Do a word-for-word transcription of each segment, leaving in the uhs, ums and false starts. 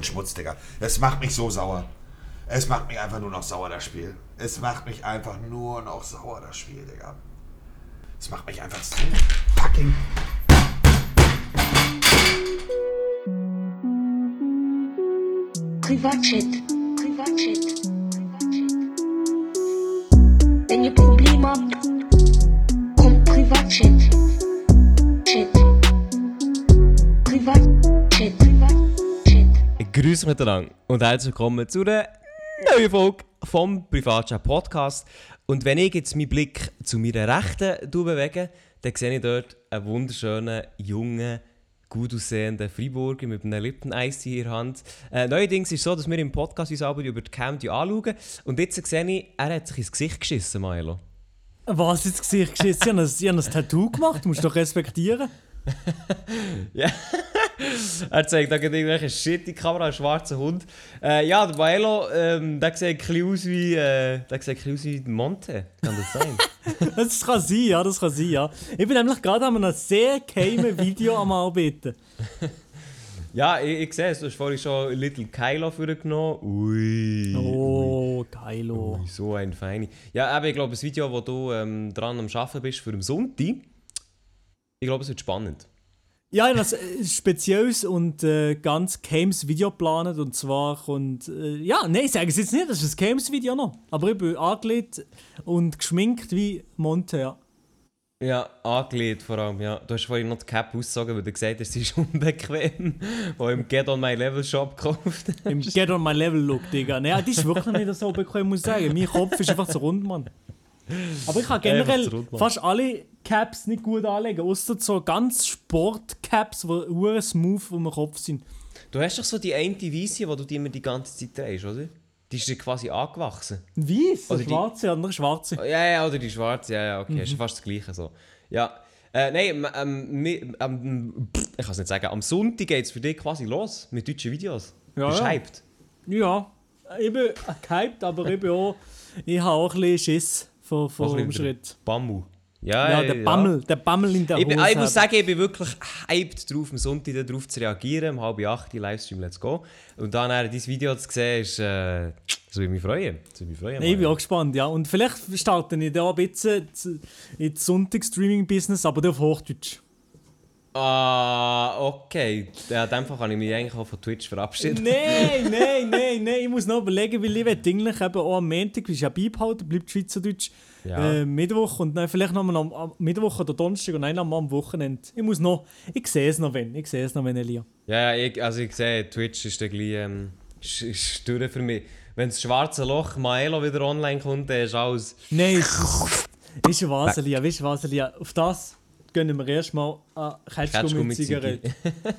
Schmutz, Digga. Es macht mich so sauer. Es macht mich einfach nur noch sauer, das Spiel. Es macht mich einfach nur noch sauer, das Spiel, Digga. Es macht mich einfach so fucking... Privatchat, Privatchat, Privatchat. Wenn ihr Probleme habt, kommt Privatchat. Chat. Privatchat, Privatchat. Grüß miteinander und herzlich willkommen zu einer neuen Folge vom Privatchat Podcast. Und wenn ich jetzt meinen Blick zu meiner Rechten bewege, dann sehe ich dort einen wunderschönen, jungen, gut aussehenden Freiburger mit einem Lipton-Eis in der Hand. Äh, neuerdings ist es so, dass wir im Podcast uns alle über die Cam anschauen. Und jetzt sehe ich, er hat sich ins Gesicht geschissen, Milo. Was ins Gesicht geschissen? Sie haben ein, sie haben ein Tattoo gemacht, du musst doch respektieren. Ja, er zeigt da gerade irgendwelche Shit in die Kamera, einen schwarzen Hund. Äh, ja, der Milo, ähm, der sieht ein bisschen aus wie, äh, der sieht ein bisschen aus wie Monte. Kann das sein? Das kann sein, ja, das kann sein, ja. Ich bin nämlich gerade an einem sehr geheimen Video am Arbeiten. Ja, ich, ich sehe es, du hast vorhin schon Little Kylo vorgenommen. Ui. Oh, geilo. Ui, so ein Feini. Ja, aber ich glaube, das Video, wo du ähm, dran am Arbeiten bist für den Sonntag, ich glaube, es wird spannend. Ja, ich habe ein spezielles und äh, ganz geheimes Video geplant. Und zwar kommt. Äh, ja, nein, ich sage es jetzt nicht, das ist ein geheimes Video noch. Aber ich bin angelegt und geschminkt wie Monte, ja. Ja, angelegt vor allem, ja. Du hast vorhin noch die Cap ausgezogen, weil du gesagt hast, sie ist unbequem, wo im Get On My Level Shop gekauft. Im Get On My Level Look, Digga. Nein, die ist wirklich nicht so bequem, muss ich sagen. Mein Kopf ist einfach zu rund, Mann. Aber ich kann generell rund, fast alle Caps nicht gut anlegen, außer so ganz Sport-Caps, die hure smooth um den Kopf sind. Du hast doch so die eine Weisse, die du die immer die ganze Zeit trägst, oder? Die ist dir quasi angewachsen. Weiss? Oder die schwarze, andere schwarze. Ja, ja, oder die schwarze, ja, ja, okay, mhm. Ist fast das Gleiche so. Ja, äh, nein, ähm, ähm, ich kann es nicht sagen, am Sonntag geht es für dich quasi los mit deutschen Videos. Ja, Bist du ja. hyped? Ja, ich bin gehypt, aber ich bin auch, ich habe auch ein bisschen Schiss vor, vor dem Schritt. Bammel. Ja, ja, der Bammel, ja. der Bammel in der Hose. Ich, ich muss sagen, ich bin wirklich hyped drauf, am Sonntag darauf zu reagieren, um halb acht, Livestream, let's go. Und dann dein Video zu sehen, ist, äh, das würde mich freuen. Das würde mich freuen. Nee, ich bin auch gespannt, ja. Und vielleicht starte ich da ein bisschen ins Sonntag-Streaming-Business, aber dann auf Hochdeutsch. Ah, okay. Ja, in dem Fall kann ich mich eigentlich auch von Twitch verabschieden. Nein, nein, nein, nein. Ich muss noch überlegen, weil ich eigentlich eben auch am Montag, ist ja beibehalten, bleibt Schweizerdeutsch, ja. äh, Mittwoch und dann vielleicht noch mal am, am Mittwoch oder Donnerstag und dann am Wochenende. Ich muss noch, ich sehe es noch, wenn, ich sehe es noch, wenn, Elia. Ja, ich, also ich sehe, Twitch ist dann gleich, ähm, ist, ist durch für mich. Wenn das schwarze Loch Maelo wieder online kommt, dann ist alles... Nein, ist ein was, Elia, weißt du was, Elia, auf das... gönnen wir erstmal eine Ketschgummi-Zigarette.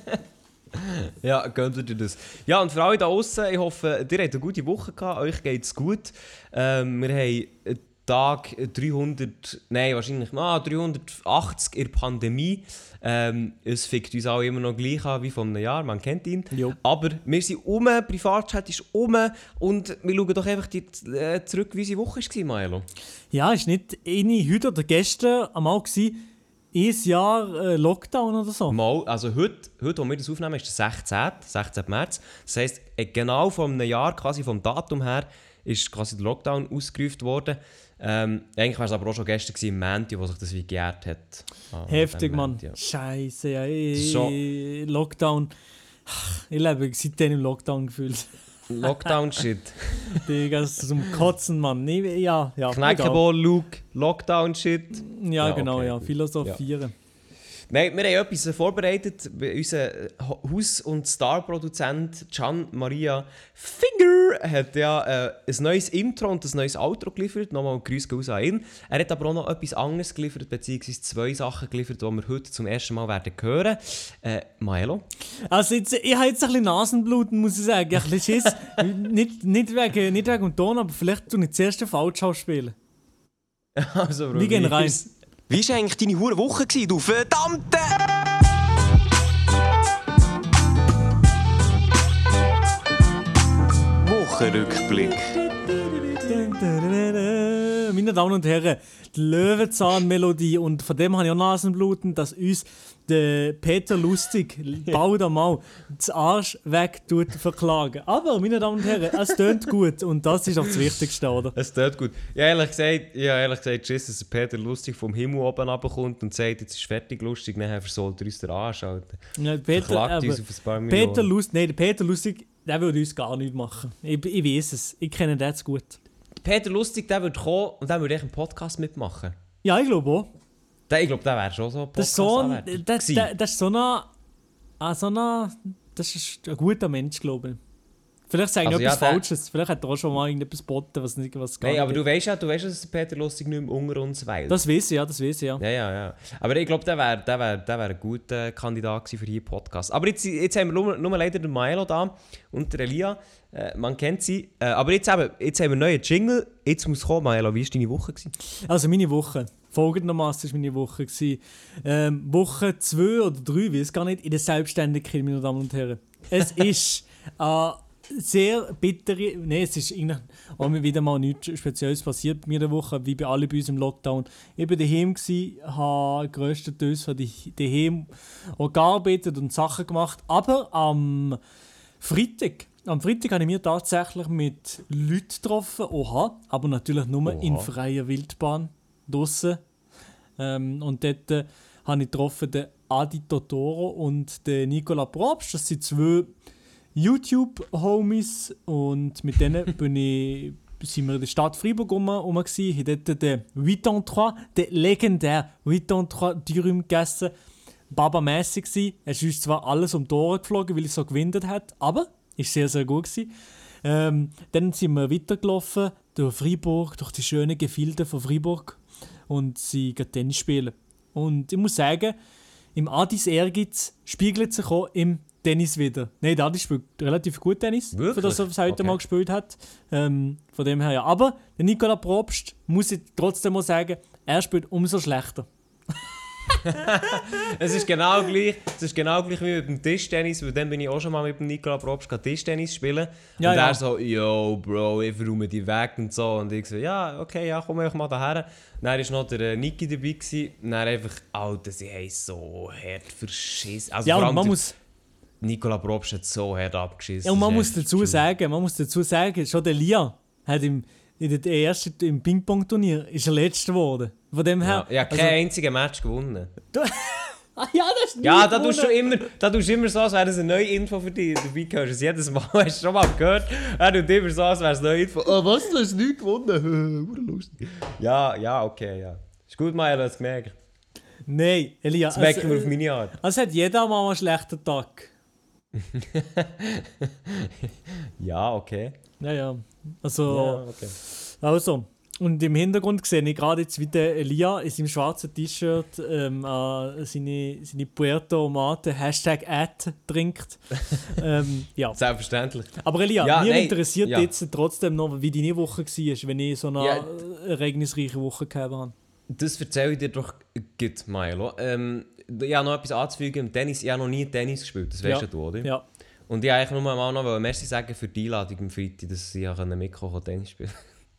Ja, gönnt ihr das. Ja, und für alle da draussen, ich hoffe, ihr habt eine gute Woche gehabt, euch geht es gut. Ähm, wir haben Tag dreihundert, nein, wahrscheinlich ah, dreihundertachtzig in der Pandemie. Ähm, es fickt uns auch immer noch gleich an wie vor einem Jahr, man kennt ihn. Jo. Aber wir sind um, Privatchat ist um und wir schauen doch einfach die, äh, zurück, wie unsere Woche war, Milo. Ja, es war nicht eine, heute oder gestern einmal gewesen, ein Jahr äh, Lockdown oder so? Mal, also heute, heute, wo wir das aufnehmen, ist der sechzehnten März. Das heisst, genau vor einem Jahr, quasi vom Datum her, ist quasi der Lockdown ausgerufen worden. Ähm, eigentlich war es aber auch schon gestern gewesen, im Montag, wo sich das wie gejährt hat. Ah, Heftig, Mann. Ja. Scheiße, ja. Ich, so. Lockdown. Ich lebe seitdem im Lockdown gefühlt. Lockdown-Shit. Digga, das ist zum Kotzen, Mann. Nee, ja, ja. Knäckebull, Luke, Lockdown-Shit. Ja, ja, genau, okay. ja. Philosophieren. Ja. Nein, wir haben etwas vorbereitet. Unser Haus- und Star-Produzent Gian Maria Finger hat ja äh, ein neues Intro und ein neues Outro geliefert. Nochmal Grüße raus an ihn. Er hat aber auch noch etwas anderes geliefert, beziehungsweise zwei Sachen geliefert, die wir heute zum ersten Mal werden hören. Äh, Maelo? Also jetzt, ich habe jetzt ein bisschen Nasenbluten, muss ich sagen. Ein bisschen Schiss. nicht, nicht, wegen, nicht wegen dem Ton, aber vielleicht tue ich das erste Falsch spielen. Also, Bro, wir gehen rein. Wie war eigentlich deine hure Woche, du verdammte... Wochenrückblick. Wir meine Damen und Herren, die Löwenzahn-Melodie. Und von dem habe ich auch Nasenbluten, dass uns der Peter Lustig, bald einmal, das Arsch weg tut verklagen. Aber, meine Damen und Herren, es tönt gut. Und das ist auch das Wichtigste, oder? Es tut gut. Ja, ehrlich gesagt, ja, ehrlich gesagt, Schiss, dass der Peter Lustig vom Himmel oben runterkommt und sagt, jetzt ist fertig lustig, nachher versohlt er uns den Arsch, Alter. Ja, Peter, Verklagt uns aber, auf ein paar Millionen. Peter Lustig, nein, der Peter Lustig, der würde uns gar nichts machen. Ich, ich weiß es. Ich kenne den zu gut. Peter Lustig, der würde kommen und der würde echt einen Podcast mitmachen. Ja, ich glaube auch. Der, ich glaube, der wäre schon so ein Das ist so ein, Podcast das, das, das ist so ein, ah, so ein, das ist ein guter Mensch, glaube ich. Vielleicht sage ich Also, etwas ja, der- Falsches. Vielleicht hat er auch schon mal irgendetwas geboten, was nicht was gar Nein, aber nicht du weißt ja, du weißt, dass der Peter Lustig nicht mehr unter uns weilt. Das weiß ich, ja, das weiß ich, ja. Ja, ja, ja. Aber ich glaube, der wäre der wär, der wär ein guter Kandidat gewesen für hier Podcast. Aber jetzt, jetzt haben wir nur, nur leider den Maelo da und der Elia. Äh, man kennt sie. Äh, aber jetzt, eben, jetzt haben wir einen neuen Jingle. Jetzt muss kommen, Maelo. Wie war deine Woche gewesen? Also meine Woche. Folgendermaßen war meine Woche. gewesen. Ähm, Woche zwei oder drei, weiß gar nicht, in der Selbstständigkeit, meine Damen und Herren. Es ist äh, sehr bittere, nein, es ist eigentlich auch wieder mal nichts Spezielles passiert bei mir in der Woche, wie bei allen bei uns im Lockdown. Ich war daheim, habe grösstenteils von daheim auch gearbeitet und Sachen gemacht, aber am Freitag, am Freitag habe ich mich tatsächlich mit Leuten getroffen, oha, aber natürlich nur Oha. in freier Wildbahn draussen. Ähm, und dort äh, habe ich getroffen den Adi Totoro und den Nicola Probst. Das sind zwei YouTube-Homies und mit denen bin ich, sind wir in der Stadt Freiburg rum, rum gewesen, haben dort den achtunddreißig, den legendären achtunddreißig Dürüm gegessen. Baba-mässig gsi. Es ist uns zwar alles um die Ohren geflogen, weil es so gewindet hat, aber es war sehr, sehr gut gsi. Ähm, dann sind wir weitergelaufen durch Freiburg, durch die schönen Gefilde von Freiburg und sie gehen Tennis spielen. Und ich muss sagen, im Adis Ehrgeiz spiegelt sich auch im Tennis wieder. Nein, der Adi spielt relativ gut Tennis, Wirklich? für das er es heute Okay. mal gespielt hat. Ähm, von dem her ja. Aber der Nicola Probst, muss ich trotzdem mal sagen, er spielt umso schlechter. Es ist genau gleich, es ist genau gleich wie mit dem Tischtennis, weil dann bin ich auch schon mal mit dem Nicola Probst Tischtennis spielen. Ja, und ja. er so, yo, Bro, ich verräume die weg und so. Und ich so, ja, okay, ja, komm einfach mal daher. Dann war noch der äh, Niki dabei. Gewesen. Und dann einfach, Alter, sie haben so hart verschissen. Also Ja, vor und allem man der muss... Nicola Probst hat so hart abgeschissen. Ja, und man Das muss ist dazu echt sagen, man muss dazu sagen, schon der Lia hat im, in der ersten, im Ping-Pong-Turnier ist er Letzter geworden. Von dem her... Ja, ich habe kein einziges Match gewonnen. Du, ah, ja, das ist Ja, nicht da tust du gewonnen. immer, da tust du immer so, als wäre das eine neue Info für dich. Dabei hörst du es jedes Mal. Hast du schon mal gehört? Er tut immer so, als wäre es eine neue Info. Oh, was? Du hast nicht gewonnen? Lustig. Ja, ja, okay, ja. Ist gut, Maya, das gemerkt. Nein, Elia. Das merken wir auf meine Art. Also hat jeder mal einen schlechten Tag. Ja, okay. Ja, ja. Also, Ja, okay. also. Und im Hintergrund sehe ich gerade jetzt, wie der Elia in seinem schwarzen T-Shirt ähm, äh, seine, seine Puerto Mate Hashtag Ad trinkt. ähm, ja. Selbstverständlich. Aber Elia, Ja, mir nein, interessiert ja. jetzt trotzdem noch, wie deine Woche war, wenn ich so eine Ja. äh, ereignisreiche Woche gehabt habe. Das erzähle ich dir doch gut, Milo. Ähm, ich habe noch etwas anzufügen. Im Tennis, ich habe noch nie Tennis gespielt, das weißt Ja. du, oder? Ja. Und ich wollte eigentlich nur mal noch Merci sagen für die Einladung am Freitag, dass ich mitkommen konnte, Tennis spielen.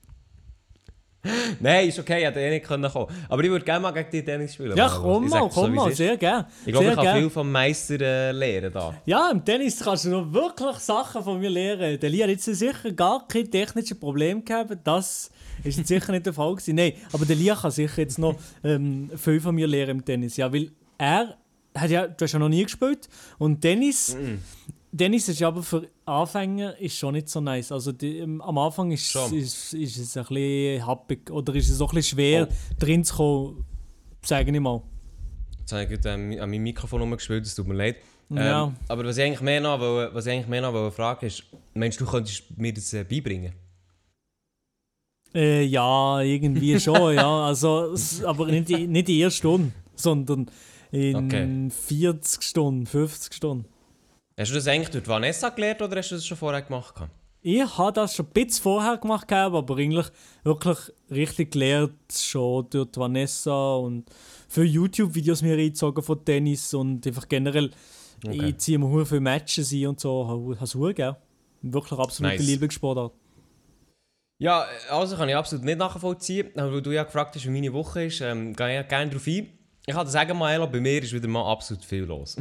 Nein, ist okay, ich hätte eh nicht kommen können. Aber ich würde gerne mal gegen dich Tennis spielen. Ja, Milo. komm Ich mal, sag's so, komm wie mal, es ist. sehr gerne. Ich glaube, sehr ich kann gern. viel vom Meister äh, lernen da. Ja, im Tennis kannst du noch wirklich Sachen von mir lernen. Der Lia hat jetzt sicher gar kein technisches Problem gehabt. Das ist jetzt sicher nicht der Fall gewesen. Nein, aber der Lia kann sicher jetzt noch ähm, viel von mir lernen im Tennis. Ja, weil er hat ja, du hast ja noch nie gespielt. Und Tennis, Tennis ist aber für Anfänger ist schon nicht so nice. Also die, ähm, am Anfang ist, Schon. ist, ist es ein bisschen happig oder ist es auch ein bisschen schwer Oh. drin zu kommen, sage ich mal. Jetzt habe ich gerade ähm, an meinem Mikrofon rumgespielt, es tut mir leid. Ähm, Ja. Aber was ich eigentlich mehr noch, wollte- was ich eigentlich mehr noch wollte fragen ist, meinst du, du könntest mir das äh, beibringen? Äh, ja, irgendwie schon, ja. Also, s- aber nicht, die- nicht in einer Stunde, sondern in Okay. vierzig Stunden, fünfzig Stunden. Hast du das eigentlich durch Vanessa gelernt oder hast du das schon vorher gemacht? Ich habe das schon ein bisschen vorher gemacht, gehabt, aber eigentlich wirklich richtig gelernt schon durch die Vanessa und viele YouTube-Videos mir reingezogen von Tennis und einfach generell, Okay. ich ziehe mir sehr viele Matches ein und so, habe es sehr gerne. Wirklich absolute Nice. Lieblingssportart. Ja, also kann ich absolut nicht nachvollziehen. Aber weil du ja gefragt hast, wie meine Woche ist, ähm, gehe ich gerne darauf ein. Ich kann dir sagen, Maelo, bei mir ist wieder mal absolut viel los.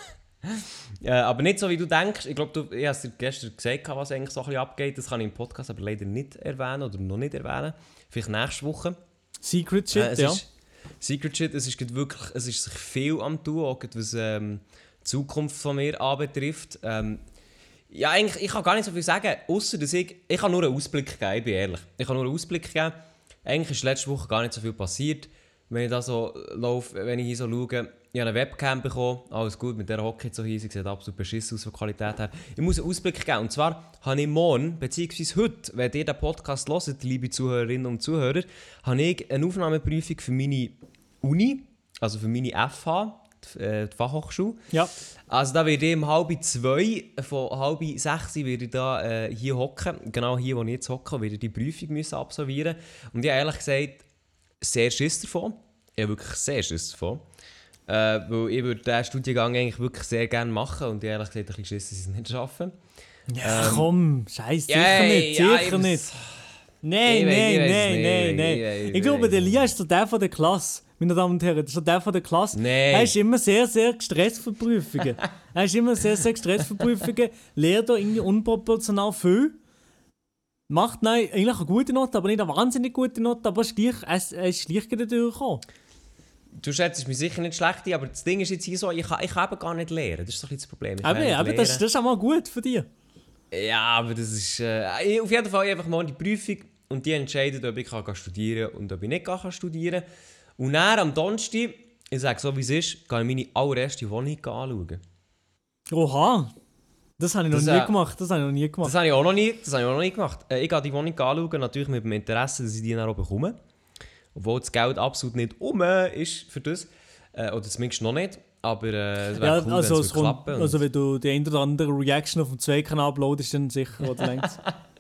äh, aber nicht so, wie du denkst. Ich glaube, du ich hast dir gestern gesagt, was eigentlich so ein bisschen abgeht. Das kann ich im Podcast aber leider nicht erwähnen oder noch nicht erwähnen. Vielleicht nächste Woche. Secret Shit, äh, ja. Ist, Secret Shit, es ist wirklich, es ist sich viel am tun, auch was ähm, die Zukunft von mir anbetrifft. Ähm, ja, eigentlich, ich kann gar nicht so viel sagen, außer dass ich, ich kann nur einen Ausblick geben, ich bin ehrlich. Ich kann nur einen Ausblick geben. Eigentlich ist letzte Woche gar nicht so viel passiert. Wenn ich da so laufe, wenn ich hier so schaue, ich habe eine Webcam bekommen, alles gut, mit der Hockey so hier, sie sieht absolut beschissen aus von Qualität her. Ich muss einen Ausblick geben, und zwar habe ich morgen, beziehungsweise heute, wenn ihr den Podcast hört, liebe Zuhörerinnen und Zuhörer, habe ich eine Aufnahmeprüfung für meine Uni, also für meine F H, die, äh, die Fachhochschule. Ja. Also da werde ich um halb zwei, von halb sechs werde ich da äh, hier hocken, genau hier, wo ich jetzt hocke, werde ich die Prüfung müssen absolvieren. Und ich habe ehrlich gesagt sehr Schiss davon. Ich habe wirklich sehr Schiss davon. Äh, weil ich würde diesen Studiengang eigentlich wirklich sehr gerne machen und ich habe ehrlich gesagt ein bisschen Schiss, dass ich es nicht schaffe. Ja, Ähm, komm, scheiße, sicher yeah, nicht, ja, sicher ich nicht. weiß- Nein, Ich weiß- nein, ich weiß nein, nicht, nein, ich nein. weiß- ich Ich glaube, weiß der nicht. Lia ist so der von der Klasse, meine Damen und Herren. Das ist so der von der Klasse. Nein. Er ist immer sehr, sehr gestresst für Prüfungen. Er ist immer sehr, sehr gestresst für Prüfungen. Lehrt da irgendwie unproportional viel. Macht nein, eigentlich eine gute Note, aber nicht eine wahnsinnig gute Note. Aber er ist gleich, er ist, er ist gleich durchgekommen. Du schätzt mich sicher nicht schlecht ein, aber das Ding ist jetzt hier so, ich kann, ich kann eben gar nicht lernen. Das ist doch ein bisschen das Problem. Ich kann Aber, nicht aber das, lernen. das ist auch mal gut für dich. Ja, aber das ist... Äh, auf jeden Fall einfach mal die Prüfung und die entscheidet, ob ich kann studieren kann und ob ich nicht kann studieren kann. Und dann am Donnerstag, ich sage so wie es ist, gehe ich meine allererste Wohnung anschauen. Oha, das habe ich noch Das, nie äh, gemacht. Das habe ich noch nie gemacht. Das habe ich auch noch nie, das habe ich auch noch nie gemacht. Äh, ich gehe die Wohnung anschauen, natürlich mit dem Interesse, dass ich die dann auch bekomme. Obwohl das Geld absolut nicht um ist für das. Äh, oder zumindest noch nicht. Aber äh, es wäre Ja, cool, also, wenn es es kommt, klappen würde. also wenn du die ein oder andere Reaction auf dem zwei-Kanal uploadest, dann sicher, oder längst.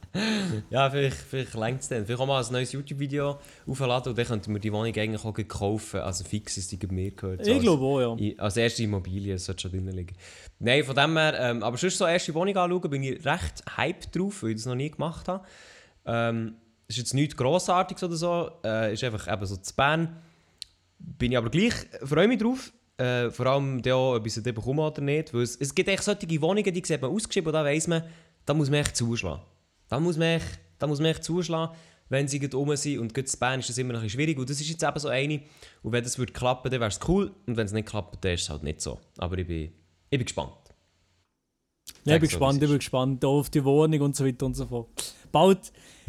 Ja, vielleicht, vielleicht längt es dann. Vielleicht auch mal ein neues YouTube-Video aufladen und dann könnten wir die Wohnung eigentlich auch kaufen. Also fix ist die mir gehört. Ich glaube auch, ja. I- Als erste Immobilie sollte schon drin liegen. Nein, von dem her, ähm, aber sonst so erste Wohnung anschauen, bin ich recht hyped drauf, weil ich das noch nie gemacht habe. Ähm, ist jetzt nichts Grossartiges oder so, äh, ist einfach eben so zu Bern. Bin ich aber gleich, freue mich drauf. Äh, vor allem da auch, ob ich sie dann bekomme oder nicht. Weil es, es gibt echt solche Wohnungen, die sieht man ausgeschrieben und da weiss man, da muss man echt zuschlagen. Da muss man echt, da muss man echt zuschlagen, wenn sie gerade rum sind. Und gerade in Bern ist das immer noch ein bisschen schwierig. Und das ist jetzt eben so eine. Und wenn das würde klappen, dann wäre es cool. Und wenn es nicht klappt, dann ist es halt nicht so. Aber ich bin, ich bin gespannt. Ja, ich bin Sag so, gespannt, wie ich es bin ist. gespannt auf die Wohnung und so weiter und so fort. Baut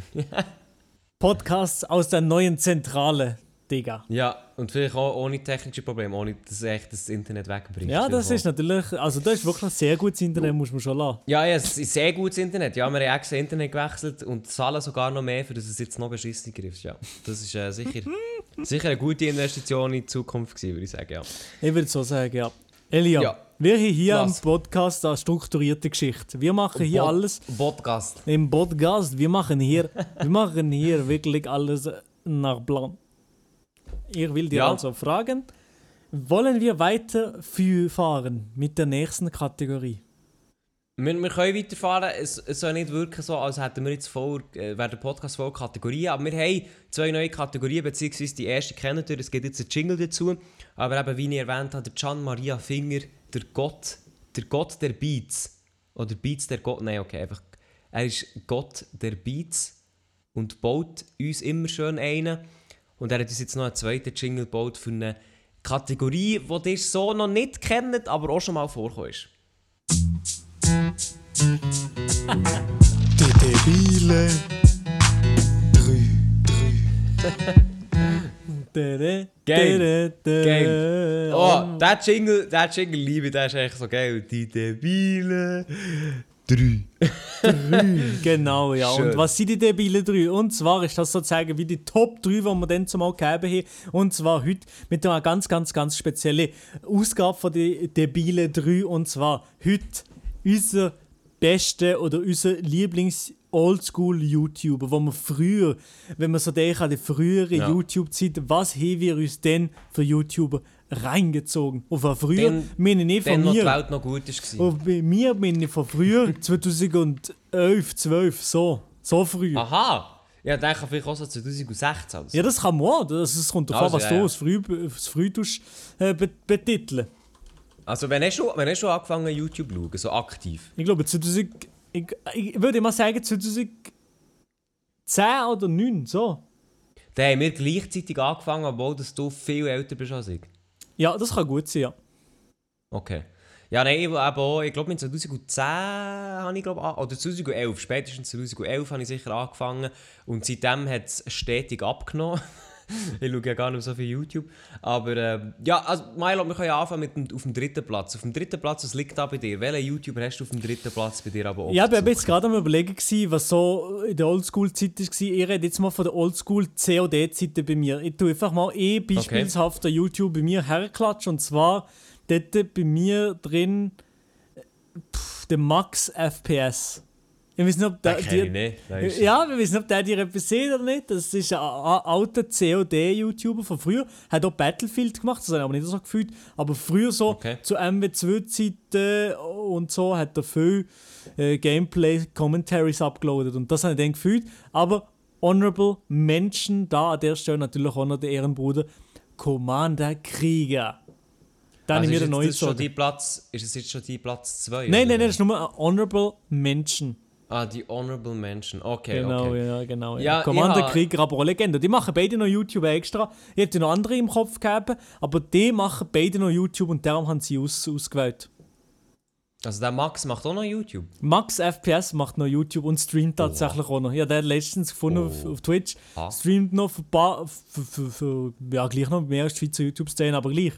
Podcasts aus der neuen Zentrale, Digga. Ja, und vielleicht auch ohne technische Probleme, ohne dass echt das Internet wegbringt. Ja, das Vielleicht ist natürlich, also das ist wirklich ein sehr gutes Internet, muss man schon lassen. Ja, ja, es ist sehr gutes Internet. Ja, wir haben extra Internet gewechselt und zahlen sogar noch mehr, für dass es jetzt noch beschissener ist. Ja, das ist äh, sicher, sicher eine gute Investition in die Zukunft gewesen, würde ich sagen, ja. Ich würde so sagen, ja. Elia, Ja. wir haben hier Was? am Podcast eine strukturierte Geschichte. Wir machen hier Pod- alles Podcast. im Podcast. Wir machen hier, wir machen hier wirklich alles nach Plan. Ich will dir Ja. also fragen, wollen wir weiterfahren mit der nächsten Kategorie? Wir, wir können weiterfahren. Es, es soll nicht wirken so, als hätten wir jetzt vor, äh, wäre der Podcast voll Kategorien. Aber wir haben zwei neue Kategorien, beziehungsweise die erste kennt ihr. Es gibt jetzt einen Jingle dazu. Aber eben, wie ich erwähnt habe, der Gian Maria Finger, der Gott, der Gott der Beats. Oder Beats der Gott, nein, okay, einfach. Er ist Gott der Beats und baut uns immer schön einen. Und er hat uns jetzt noch einen zweiten Jingle gebaut für eine Kategorie, die ihr so noch nicht kennt, aber auch schon mal vorgekommen ist. Die Debile. Drei, Geil. drei. Geil. Oh, der Jingle, der Jingle liebe ich, der ist echt so geil. Die Debile. Drei. Genau, ja. Schön. Und was sind die Debile drei? Und zwar ist das sozusagen wie die Top drei, die wir dann zumal gegeben haben. Und zwar heute mit einer ganz, ganz, ganz speziellen Ausgabe von den Debile drei. Und zwar heute unser beste oder unser Lieblings-Oldschool-YouTuber, wo wir früher, wenn man so denkt an die frühere Ja. YouTube-Zeit, was haben wir uns denn für YouTuber reingezogen? Und von früher Dann- meine ich nicht von Dann noch die mir. Welt noch gut war. Und bei mir bin ich von früher, zweitausendelf, zwölf, so. So früh. Aha! Ja, dann kann vielleicht auch so zwanzig sechzehn oder so. Ja, das kann man auch. Das, das kommt davon, Also, was ja, du ja. als Früh, als Früh tust, äh, betiteln. Also wenn hast du, wenn hast du angefangen YouTube zu schauen, so aktiv? Ich glaube, zwanzig, ich, ich würde mal sagen zwanzig zehn oder neun, so. Dann haben wir gleichzeitig angefangen, obwohl dass du viel älter bist als ich. Ja, das kann gut sein, ja. Okay. Ja, nein, ich, aber auch, ich glaube, in zwanzig zehn habe ich, glaube an, oder zwanzig elf, spätestens zwanzig elf habe ich sicher angefangen. Und seitdem hat es stetig abgenommen. Ich schaue ja gar nicht so viel YouTube. Aber äh, ja, also Milo, wir können ja anfangen mit dem, auf dem dritten Platz. Auf dem dritten Platz, was liegt da bei dir? Welchen YouTuber hast du auf dem dritten Platz bei dir aber oft? Ja, ich war jetzt gerade am Überlegen, gewesen, was so in der Oldschool-Zeit war. Ich rede jetzt mal von der Oldschool-C O D-Zeiten bei mir. Ich tue einfach mal eh beispielshaft okay. YouTube bei mir herklatschen. Und zwar dort bei mir drin pff, der Max F P S. Ich weiß nicht, ob der, den die, ich nicht. Nein, ja, wir wissen nicht, ob der dir etwas sieht oder nicht. Das ist ein, ein alter C O D-YouTuber von früher. Hat auch Battlefield gemacht, das habe ich aber nicht so gefühlt. Aber früher so okay. zu M W zwei Zeiten und so hat er viel äh, Gameplay-Commentaries abgeloadet. Und das habe ich dann gefühlt. Aber Honorable Mention, da an der Stelle natürlich auch noch der Ehrenbruder Commander Krieger. Dann also ich mir ist, den jetzt das schon neuen die Platz, ist es jetzt schon die Platz zwei? Nein, nein, nein, das ist nur ein Honorable Mention. Ah, die Honorable Mention. Okay, genau, okay. ja, genau. Ja. Ja, Commander ja. Krieger, aber auch Legende. Die machen beide noch YouTube extra. Ich hätte noch andere im Kopf gehabt, aber die machen beide noch YouTube und darum haben sie aus, ausgewählt. Also der Max macht auch noch YouTube? Max F P S macht noch YouTube und streamt tatsächlich oh. auch noch. Ja, der hat letztens gefunden oh. auf, auf Twitch. Ah. Streamt noch für, paar, für, für, für ja, gleich noch mehr als Schweizer YouTube-Szene, aber gleich.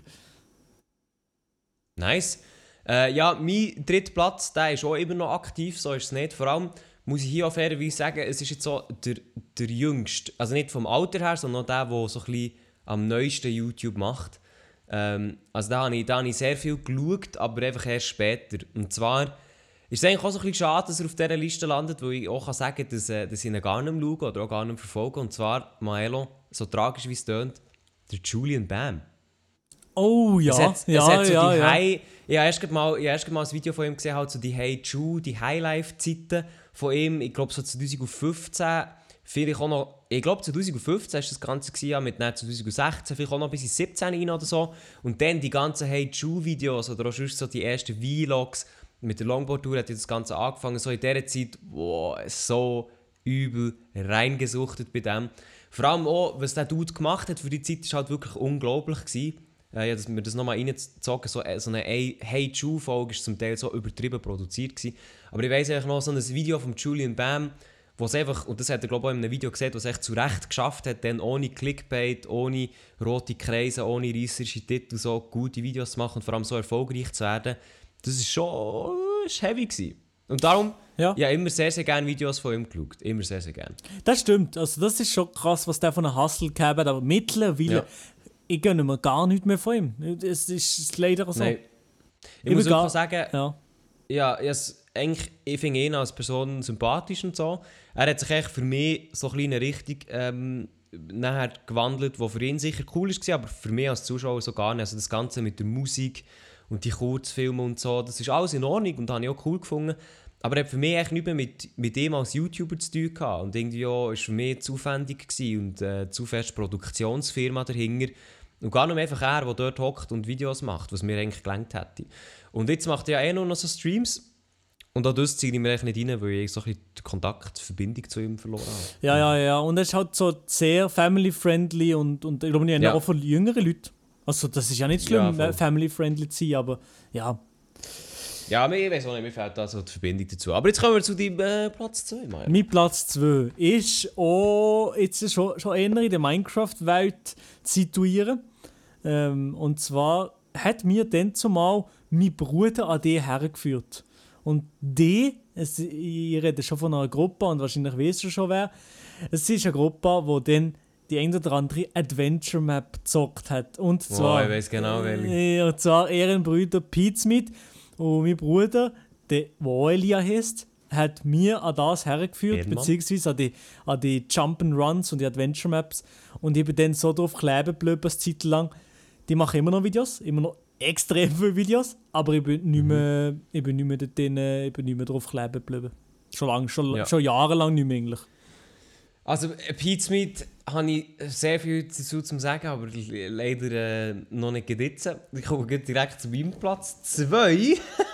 Nice. Äh, ja, mein dritter Platz, der ist auch immer noch aktiv, so ist es nicht. Vor allem muss ich hier auch fairerweise sagen, es ist jetzt so der, der Jüngste. Also nicht vom Alter her, sondern der, der so ein bisschen am neuesten YouTube macht. Ähm, also da habe ich, da habe ich sehr viel geschaut, aber einfach erst später. Und zwar ist es eigentlich auch so ein bisschen schade, dass er auf dieser Liste landet, weil ich auch kann sagen kann, dass, dass ich ihn gar nicht mehr schaue oder auch gar nicht mehr verfolge. Und zwar, Maelo, so tragisch wie es tönt, der Julian Bam. Oh ja, es hat, ja, es hat so ja, die ja. High, ich habe erst mal, ich habe erst mal ein Video von ihm gesehen, halt so die Hey Ju, die Highlife-Zeiten von ihm, ich glaube so zwanzig fünfzehn, vielleicht auch noch, ich glaube zwanzig fünfzehn war das Ganze gewesen, mit zwanzig sechzehn, vielleicht auch noch bis in siebzehn rein oder so. Und dann die ganzen Hey Ju-Videos oder auch sonst so die ersten Vlogs mit der Longboard-Tour hat das Ganze angefangen, so in dieser Zeit, wow, so übel reingesuchtet bei dem. Vor allem auch, was der Dude gemacht hat für die Zeit, war halt wirklich unglaublich gewesen. Äh, ja, dass wir das nochmal reingezogen, so, so eine Hey Ju-Folge war zum Teil so übertrieben produziert gewesen. Aber ich weiss eigentlich noch so ein Video von Julian Bam, wo es einfach, und das hat er glaube ich auch in einem Video gesehen, was es echt zu Recht geschafft hat, dann ohne Clickbait, ohne rote Kreise, ohne reisserische Titel so gute Videos zu machen und vor allem so erfolgreich zu werden. Das ist schon ist heavy gewesen. Und darum, ja, ich habe immer sehr, sehr gerne Videos von ihm geschaut. Immer sehr, sehr gerne. Das stimmt. Also das ist schon krass, was der von einem Hustle gehabt hat, aber mittlerweile... Ja. Ich gönne mir gar nichts mehr von ihm. Es ist leider so. Nein. Ich, ich muss auch sagen, ja. Ja, eigentlich, ich finde ihn als Person sympathisch und so. Er hat sich echt für mich so eine kleine Richtung ähm, nachher gewandelt, die für ihn sicher cool war, aber für mich als Zuschauer so gar nicht. Also das Ganze mit der Musik und die Kurzfilme und so, das ist alles in Ordnung und das habe ich auch cool gefunden. Aber er hat für mich echt nichts mehr mit, mit ihm als YouTuber zu tun gehabt. Und irgendwie war es für mich zu aufwendig gewesen und äh, zu fest Produktionsfirma dahinter. Und gar nicht einfach er, der dort hockt und Videos macht, was mir eigentlich gelangt hätte. Und jetzt macht er ja eh nur noch so Streams. Und auch das ziehe ich mir eigentlich nicht rein, weil ich so ein bisschen die Kontakt, die Verbindung zu ihm verloren habe. Ja, ja, ja. Und er ist halt so sehr family-friendly und, und ich glaube, ich ja. auch von jüngeren Leuten. Also das ist ja nicht schlimm, ja, family-friendly zu sein, aber ja. Ja, ich weiß auch nicht, mir fehlt da so die Verbindung dazu. Aber jetzt kommen wir zu deinem äh, Platz zwei. Mal. Mein Platz zwei ist auch jetzt schon, schon eher in der Minecraft-Welt zu situieren. Ähm, und zwar hat mir dann zumal mein Bruder an die hergeführt. Und die, es, ich rede schon von einer Gruppe und wahrscheinlich weißt du schon wer, es ist eine Gruppe, die dann die eine oder andere Adventure Map gezockt hat. Und zwar, oh, ich weiß genau welche. Äh, und zwar Ehrenbrüder Pizmeet. Und mein Bruder, der Elia heisst, hat mir an das hergeführt, Ehrenmann. Beziehungsweise an die, an die Jump'n'Runs und die Adventure Maps. Und ich bin dann so drauf kleben geblieben, eine Zeit lang. Die machen immer noch Videos, immer noch extrem viele Videos, aber ich bin nicht mehr, mhm. ich bin nicht mehr, dort drin, ich bin nicht mehr drauf kleben geblieben. Schon, lang, schon, ja. schon jahrelang nicht mehr eigentlich. Also, Pete's Meat habe ich sehr viel dazu zu sagen, aber leider äh, noch nicht jetzt. Ich komme direkt zu meinem Platz zwei.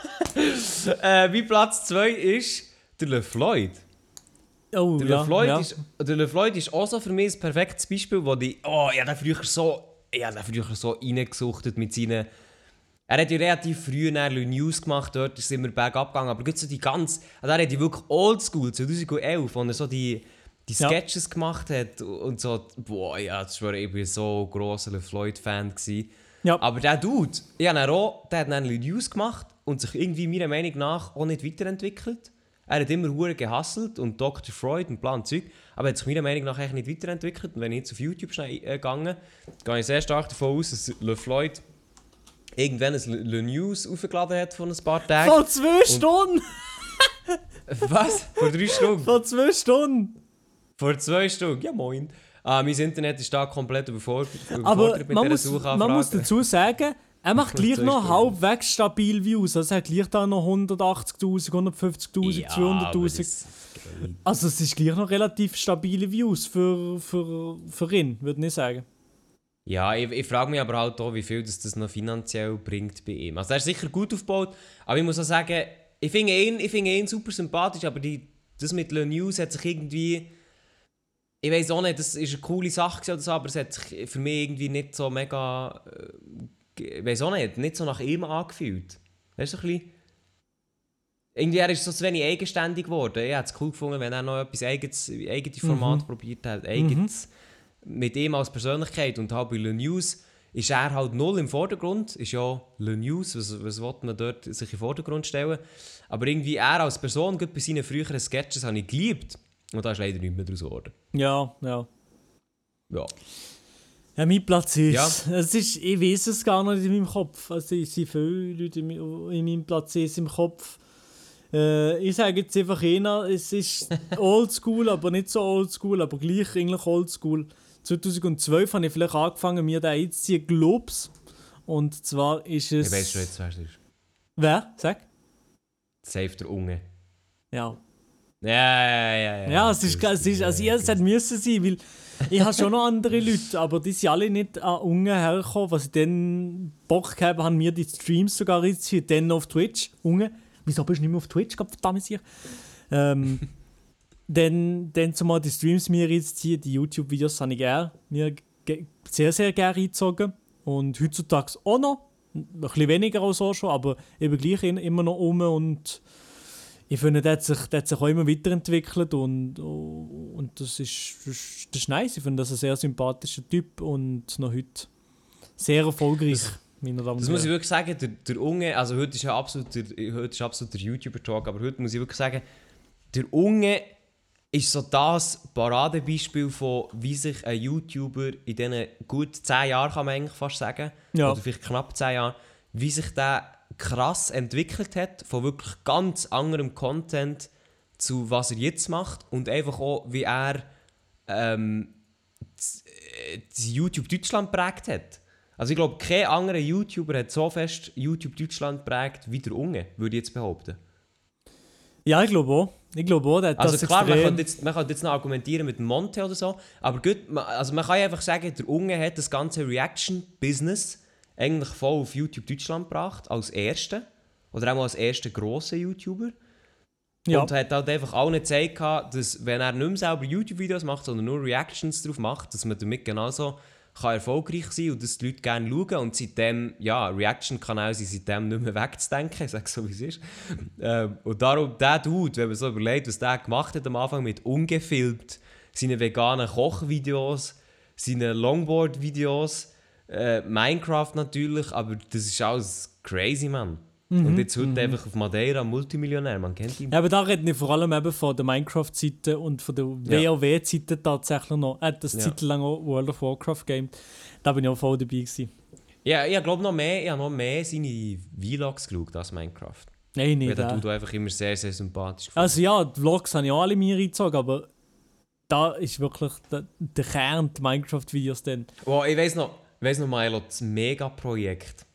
äh, mein Platz zwei ist der Le Floyd. Oh, Der ja, Le Floyd, ja. ist, der Le Floyd ist auch so für mich ein perfektes Beispiel, wo die, oh, ich habe den früher so, ich habe den früher so reingesuchtet mit seinen... Er hat ja relativ früh Le News gemacht, dort ist es immer bergab gegangen, aber gibt so die ganz... Also er hat die wirklich oldschool, zwanzig elf, wo er so die, die Sketches ja. gemacht hat und so... Boah, ja, das war ich war so ein grosser Le Floyd-Fan gewesen. Ja. Aber der Dude, ich habe auch, der hat dann Le News gemacht und sich irgendwie meiner Meinung nach auch nicht weiterentwickelt. Er hat immer hure gehustelt und Doktor Freud und bla und Zeug, aber er hat sich meiner Meinung nach eigentlich nicht weiterentwickelt. Und wenn ich jetzt auf YouTube schnell äh, gegangen, gehe ich sehr stark davon aus, dass Le Floyd irgendwann ein Le News aufgeladen hat von ein paar Tagen. Vor zwei Stunden! Was? Vor drei Stunden? Vor zwei Stunden! Vor zwei Stunden? Ja moin. Ah, mein Internet ist da komplett überfordert, aber überfordert mit man dieser muss, Suchanfrage. man muss dazu sagen, er macht gleich zwei noch Stunden. halbwegs stabil Views. Also er hat gleich da noch hundertachtzigtausend, hundertfünfzigtausend, Ja, zweihunderttausend. aber das- Also es ist gleich noch relativ stabile Views für, für, für ihn, würde ich sagen. Ja, ich, ich frage mich aber halt auch, wie viel das, das noch finanziell bringt bei ihm. Also er ist sicher gut aufgebaut, aber ich muss auch sagen, ich finde ihn, ich finde ihn super sympathisch, aber die, das mit Le News hat sich irgendwie... Ich weiß auch nicht, das ist eine coole Sache gewesen oder so, aber es hat sich für mich irgendwie nicht so mega... äh, Ich weiß auch nicht, nicht so nach ihm angefühlt. Weißt du, ein bisschen... Irgendwie er ist so zu wenig eigenständig geworden. Ich hätte es cool gefunden, wenn er noch etwas eigenes, eigene Format Mhm. probiert hat. Eigenes mit ihm als Persönlichkeit. Und halt bei Le News ist er halt null im Vordergrund. Ist ja Le News, was, was will man dort sich in den Vordergrund stellen. Aber irgendwie er als Person, gerade bei seinen früheren Sketches, habe ich geliebt. Und da ist leider nichts mehr daraus geworden. Ja, ja. Ja. Ja, mein Platz ist, Ja. es ist, ich weiß es gar nicht in meinem Kopf. Also es sind viele Leute in mi- in meinem Platz ist im Kopf. Äh, ich sage jetzt einfach einer, es ist oldschool, aber nicht so oldschool, aber gleich eigentlich oldschool. zweitausendzwölf habe ich vielleicht angefangen, mir da einzuziehen, Globes. Und zwar ist es... Ich weiss schon jetzt, wer es ist. Wer? Sag? Safe der Unge. Ja. Ja, ja, ja. Ja, Ja, es ist, es ist also es hätte müssen sein, weil ich habe schon noch andere Leute, aber die sind alle nicht an Unge hergekommen, was ich dann Bock gehabt haben, mir die Streams sogar reinzuziehen, dann auf Twitch. Unge, wieso bist du nicht mehr auf Twitch, Gott verdammt sicher? Ähm, dann, dann zumal die Streams mir reinzuziehen, die YouTube-Videos habe ich gerne, mir ge- sehr, sehr gerne reingezogen. Und heutzutage auch noch, ein bisschen weniger als so schon, aber eben gleich in- immer noch um und ich finde, der hat sich, der hat sich auch immer weiterentwickelt und, und das, ist, das, ist, das ist nice. Ich finde, das ist ein sehr sympathischer Typ und noch heute sehr erfolgreich, meine Damen und Das muss ich Herren. wirklich sagen, der, der Unge, also heute ist ja absolut der, heute ist absolut der YouTuber-Talk, aber heute muss ich wirklich sagen, der Unge ist so das Paradebeispiel von, wie sich ein YouTuber in diesen gut zehn Jahren, kann man eigentlich fast sagen, Ja. oder vielleicht knapp zehn Jahren, wie sich der krass entwickelt hat, von wirklich ganz anderem Content zu was er jetzt macht und einfach auch, wie er ähm, das, äh, das YouTube Deutschland prägt hat. Also ich glaube, kein anderer YouTuber hat so fest YouTube Deutschland prägt wie der Unge, würde ich jetzt behaupten. Ja, ich glaube auch. Ich glaube auch, der hat Also das klar, man extrem... könnte, jetzt, man könnte jetzt noch argumentieren mit dem Monte oder so, aber gut, man, also man kann einfach sagen, der Unge hat das ganze Reaction-Business eigentlich voll auf YouTube Deutschland gebracht, als erster. Oder auch mal als erster grosser YouTuber. Ja. Und hat halt einfach allen gezeigt, dass wenn er nicht mehr selber YouTube-Videos macht, sondern nur Reactions drauf macht, dass man damit genauso kann erfolgreich sein und dass die Leute gerne schauen. Und seitdem, ja, Reaction-Kanäle sind seitdem nicht mehr wegzudenken, ich sage so, wie es ist. Ähm, und darum, der Dude, wenn man so überlegt, was der gemacht hat am Anfang mit ungefilmt, seine veganen Kochvideos, seine Longboard-Videos, äh, Minecraft natürlich, aber das ist alles crazy, man. Mhm. Und jetzt heute einfach auf Madeira Multimillionär, man kennt ihn. Ja, aber da rede ich vor allem eben von der Minecraft-Seite und von der WoW-Seite tatsächlich noch. Er hat das Ja. Zeit lang auch World of Warcraft gamed. Da bin ich auch voll dabei gewesen. Ja, ich glaube noch mehr, ich habe noch mehr seine Vlogs geschaut als Minecraft. Nein, Weil nicht. der äh. Dude einfach immer sehr, sehr sympathisch gefunden. Also ja, die Vlogs habe ich auch alle mir reingezogen, aber da ist wirklich der, der Kern der Minecraft-Videos dann. Oh, ich weiss noch, ich weiss noch mal, das Mega-Projekt.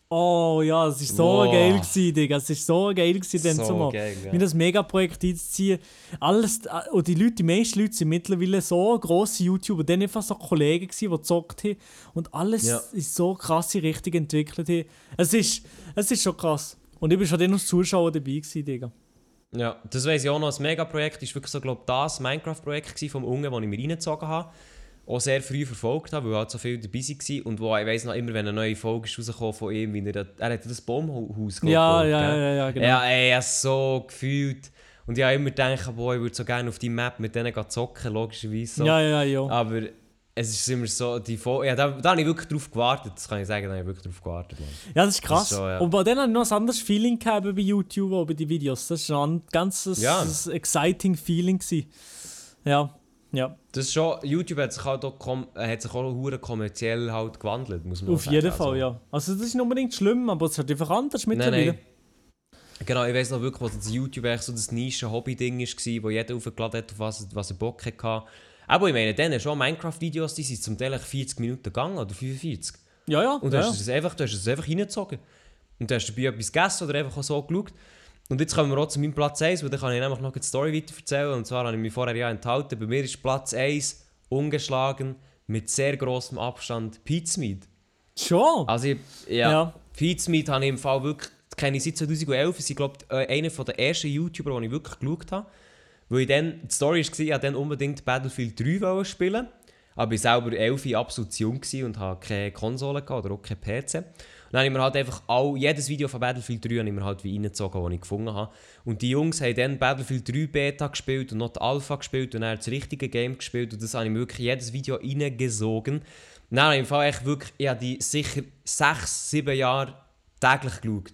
Oh ja, es war so Wow. geil gewesen, Digga. Es war so geil gewesen, dann So zumal. geil, ja. Wie das Megaprojekt einzuziehen. Alles, und die Leute, die meisten Leute sind mittlerweile so grosse YouTuber, dann einfach so Kollegen gewesen, die gezockt haben und alles Ja. ist so krasse Richtung entwickelt haben. Es ist, es ist schon krass. Und ich war schon dann als Zuschauer dabei gewesen, Digga. Ja, das weiss ich auch noch. Das Megaprojekt war wirklich so, glaube ich, das Minecraft-Projekt vom Unge, das ich mir reingezogen habe. Auch sehr früh verfolgt habe, weil halt so viel dabei war. Und wo ich weiss noch immer, wenn eine neue Folge ist rausgekommen von ihm, wie er, das- er hat das Baumhaus glaub, Ja, gebaut, ja, gell? ja, ja, genau. Ja, ey, ich habe es so gefühlt. Und ich habe immer gedacht, boah, ich würde so gerne auf die Map mit denen gehen zocken, logischerweise. So. Ja, ja, ja. Aber es ist immer so, die Fo ja, da, da habe ich wirklich drauf gewartet, das kann ich sagen, da habe ich wirklich drauf gewartet. Mann. Ja, das ist krass. Das ist schon, ja. Und bei denen habe ich noch ein anderes Feeling gehabt bei YouTube, auch bei den Videos. Das war ein ganz Ja. ein exciting Feeling gewesen. Ja, ja. Das ist schon, YouTube hat sich halt auch, kom äh, hat sich auch hure kommerziell halt gewandelt, muss man auch Auf sagen. jeden Fall, Also, ja. Also das ist nicht unbedingt schlimm, aber es ist halt einfach anders mittlerweile. Nein, nein. Genau, ich weiss noch wirklich, was das YouTube eigentlich so das Nischen-Hobby-Ding war, wo jeder aufgeladen hat, auf was, was er Bock hatte. Aber ich meine, dann schon Minecraft-Videos, die sind zum Teil vierzig Minuten gegangen oder fünfundvierzig. Ja, ja. Und du ja, hast es einfach, du hast es einfach reingezogen. Und du hast dabei etwas gegessen oder einfach auch so geschaut. Und jetzt kommen wir auch zu meinem Platz eins, weil dann kann ich nämlich noch die Story weiter erzählen. Und zwar habe ich mich vorher ja enthalten. Bei mir ist Platz eins ungeschlagen mit sehr grossem Abstand Pizmeat. Schon? Also ich, ja, Ja. Pizmeat habe ich im Fall wirklich, das kenne ich seit zwanzig elf. Sie glaube ich einer der ersten YouTuber, die ich wirklich geschaut habe. Weil ich dann, die Story war, ich wollte dann unbedingt Battlefield drei wollen spielen. Aber ich war selber elf, absolut zu jung gewesen und hatte keine Konsole gehabt oder auch keinen P C. Und dann habe ich mir halt einfach all, jedes Video von Battlefield drei habe ich mir halt wie reingezogen, das ich gefunden habe. Und die Jungs haben dann Battlefield drei Beta gespielt und noch die Alpha gespielt und dann das richtige Game gespielt. Und das habe ich mir wirklich jedes Video reingesogen. Und dann habe ich im Fall echt wirklich, ich habe die sicher sechs, sieben Jahre täglich geschaut.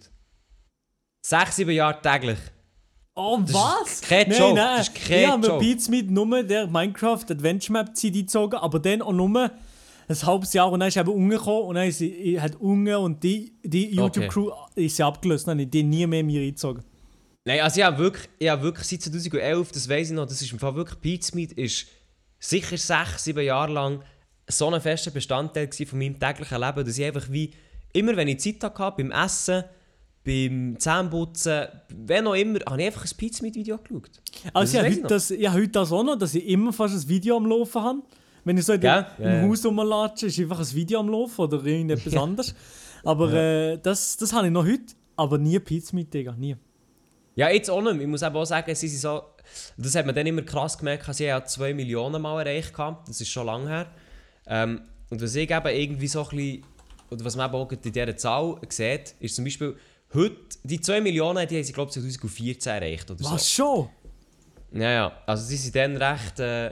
Sechs, sieben Jahre täglich. Oh, Das was? ist kein nein, Joke, nein. das ist kein Ich habe mir Joke. Beats mit nur der Minecraft Adventure Map C D gezogen, aber dann auch nur ein halbes Jahr und dann ist eben umgekommen und dann ist sie, hat Unge und die, die YouTube-Crew ist sie abgelöst. Dann habe ich die nie mehr mir eingezogen. Nein, also ich habe wirklich, ich habe wirklich seit zwanzig elf, das weiss ich noch, das ist im Fall wirklich, Pizmeat ist sicher sechs, sieben Jahre lang so ein fester Bestandteil gewesen von meinem täglichen Leben, dass ich einfach wie, immer wenn ich Zeit hatte, beim Essen, beim Zähneputzen, wenn auch immer, habe ich einfach ein Pizmeat-Video geschaut. Also Das ich weiss habe ich heute, das, ich habe heute das auch noch, dass ich immer fast ein Video am Laufen habe. Wenn ich so in Gell? der, Ja, im ja. Haus rumlatsche, ist einfach ein Video am Laufen oder irgendetwas anderes. Aber äh, das, das habe ich noch heute, aber nie Pizza mit, Digga, nie. Ja, jetzt auch nicht mehr. Ich muss eben auch sagen, sie sind so, das hat man dann immer krass gemerkt, sie haben ja zwei Millionen Mal erreicht gehabt. Das ist schon lange her. Ähm, und was ich eben irgendwie so ein bisschen, oder was man eben auch in dieser Zahl sieht, ist zum Beispiel, heute, die zwei Millionen, die haben sie, glaube ich, zwanzig vierzehn erreicht oder so. Was schon? Ja, ja. Also sie sind dann recht, äh,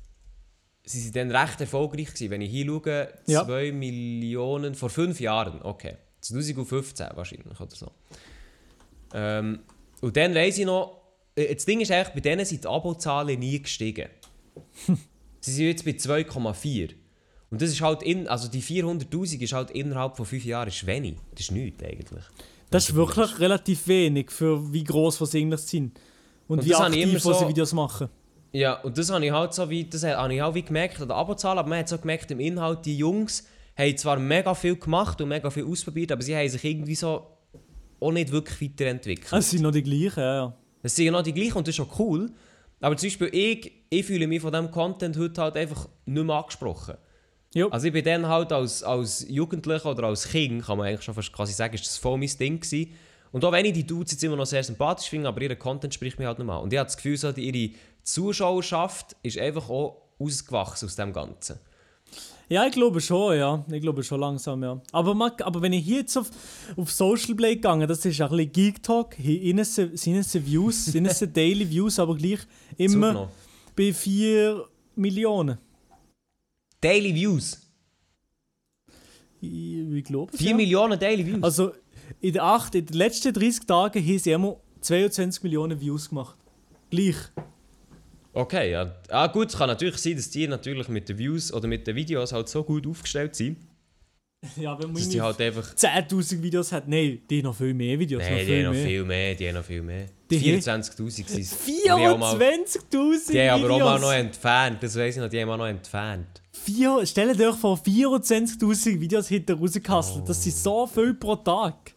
sie sind dann recht erfolgreich gewesen. Wenn ich hier schaue, Ja. zwei Millionen vor fünf Jahren, okay. zwanzig fünfzehn wahrscheinlich oder so. Ähm, und dann weiss ich noch, äh, das Ding ist eigentlich, bei denen sind die Abozahlen nie gestiegen. Sie sind jetzt bei zwei Komma vier. Und das ist halt, in, also die vierhunderttausend ist halt innerhalb von fünf Jahren ist wenig. Das ist nichts eigentlich. Das ist wirklich relativ wenig, für wie gross was sie eigentlich sind. Und, Und wie das habe ich aktiv immer was sie so- Videos machen. Ja, und das habe ich halt so wie, das habe ich auch wie gemerkt an der Abozahl, aber man hat so gemerkt im Inhalt, die Jungs haben zwar mega viel gemacht und mega viel ausprobiert, aber sie haben sich irgendwie so auch nicht wirklich weiterentwickelt. Es sind noch die gleichen, ja, ja. Es sind ja noch die gleichen und das ist schon cool, aber zum Beispiel ich, ich fühle mich von diesem Content heute halt einfach nicht mehr angesprochen. Jo. Also ich bin dann halt als, als Jugendlicher oder als Kind, kann man eigentlich schon fast quasi sagen, ist das voll mein Ding gewesen. Und auch wenn ich die Dudes jetzt immer noch sehr sympathisch finde, aber ihr Content spricht mich halt nicht mehr an. Und ich habe das Gefühl, so, die, ihre Zuschauerschaft ist einfach auch ausgewachsen aus dem Ganzen. Ja, ich glaube schon, ja. Ich glaube schon langsam, ja. Aber, man, aber wenn ich hier jetzt auf, auf Social Blade gehe, das ist ein bisschen Geek Talk, hier innen sind sind es Views, sind es Daily Views, aber gleich immer Zugenommen. bei vier Millionen. Daily Views. Ich, ich glaube es, vier ja. Millionen Daily Views. Also in den, acht, in den letzten dreißig Tagen haben sie immer zweiundzwanzig Millionen Views gemacht. Gleich. Okay, ja. Ah, gut, es kann natürlich sein, dass die natürlich mit den Views oder mit den Videos halt so gut aufgestellt sind, Ja, wenn man dass die halt einfach... zehntausend Videos hat, nein, die haben noch viel mehr Videos. Nein, noch die viel haben noch mehr. viel mehr, die haben noch viel mehr. Die- vierundzwanzigtausend sind es. Die haben auch mal- vierundzwanzigtausend Die haben aber auch mal Videos. noch entfernt, das weiss ich noch, die haben auch noch entfernt. Vier, stellt euch vor, vierundzwanzigtausend Videos hinter rausgehustelt. Oh. Das sind so viel pro Tag.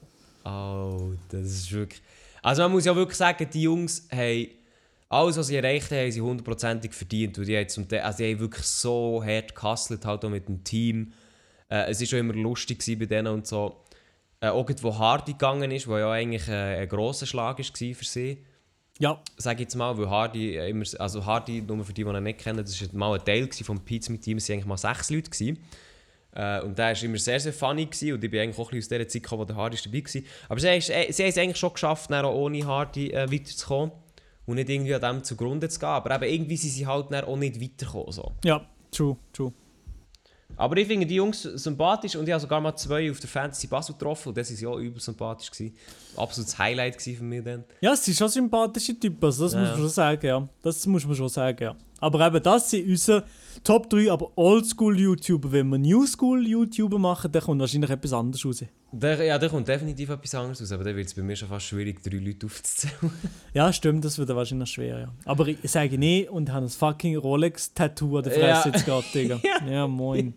Oh, das ist wirklich... Also man muss ja wirklich sagen, die Jungs haben... Alles, was sie erreicht haben, haben sie hundertprozentig verdient. Und die haben, zum Teil, also die haben wirklich so hart gehustelt, halt auch mit dem Team. Äh, es war schon immer lustig bei denen und so. Äh, auch wo Hardy gegangen ist, was ja eigentlich äh, ein grosser Schlag war für sie. Ja. Sag jetzt mal, weil Hardy immer... Also Hardy, nur für die, die ihn nicht kennen, das war mal ein Teil vom Pizza mit Team. Es waren eigentlich mal sechs Leute gewesen. Äh, und der war immer sehr, sehr funny gewesen. Und ich bin eigentlich auch ein bisschen aus dieser Zeit gekommen, wo der Hardy dabei war. Aber sie, sie haben es eigentlich schon geschafft, dann auch ohne Hardy äh, weiterzukommen. Und nicht irgendwie an dem zugrunde zu gehen. Aber eben irgendwie sind sie halt dann auch nicht weitergekommen. So. Ja, true, true. Aber ich finde die Jungs sympathisch und ich habe sogar mal zwei auf der Fantasy Basel getroffen und das war ja auch übel sympathisch. Absolutes Highlight für mich dann. Ja, es sind schon sympathische Typen, also das ja. muss man schon sagen, ja. Das muss man schon sagen, ja. Aber eben, das sind unsere Top drei, aber Oldschool-YouTuber. Wenn wir Newschool-YouTuber machen, dann kommt wahrscheinlich etwas anderes raus. Der, ja, da kommt definitiv etwas anderes raus, aber dann wird es bei mir schon fast schwierig, drei Leute aufzuzählen. Ja, stimmt, das wird wahrscheinlich schwer, ja. Aber ich sage nicht und habe ein fucking Rolex-Tattoo an der Fresse ja. jetzt gerade, Digga. ja. ja, moin.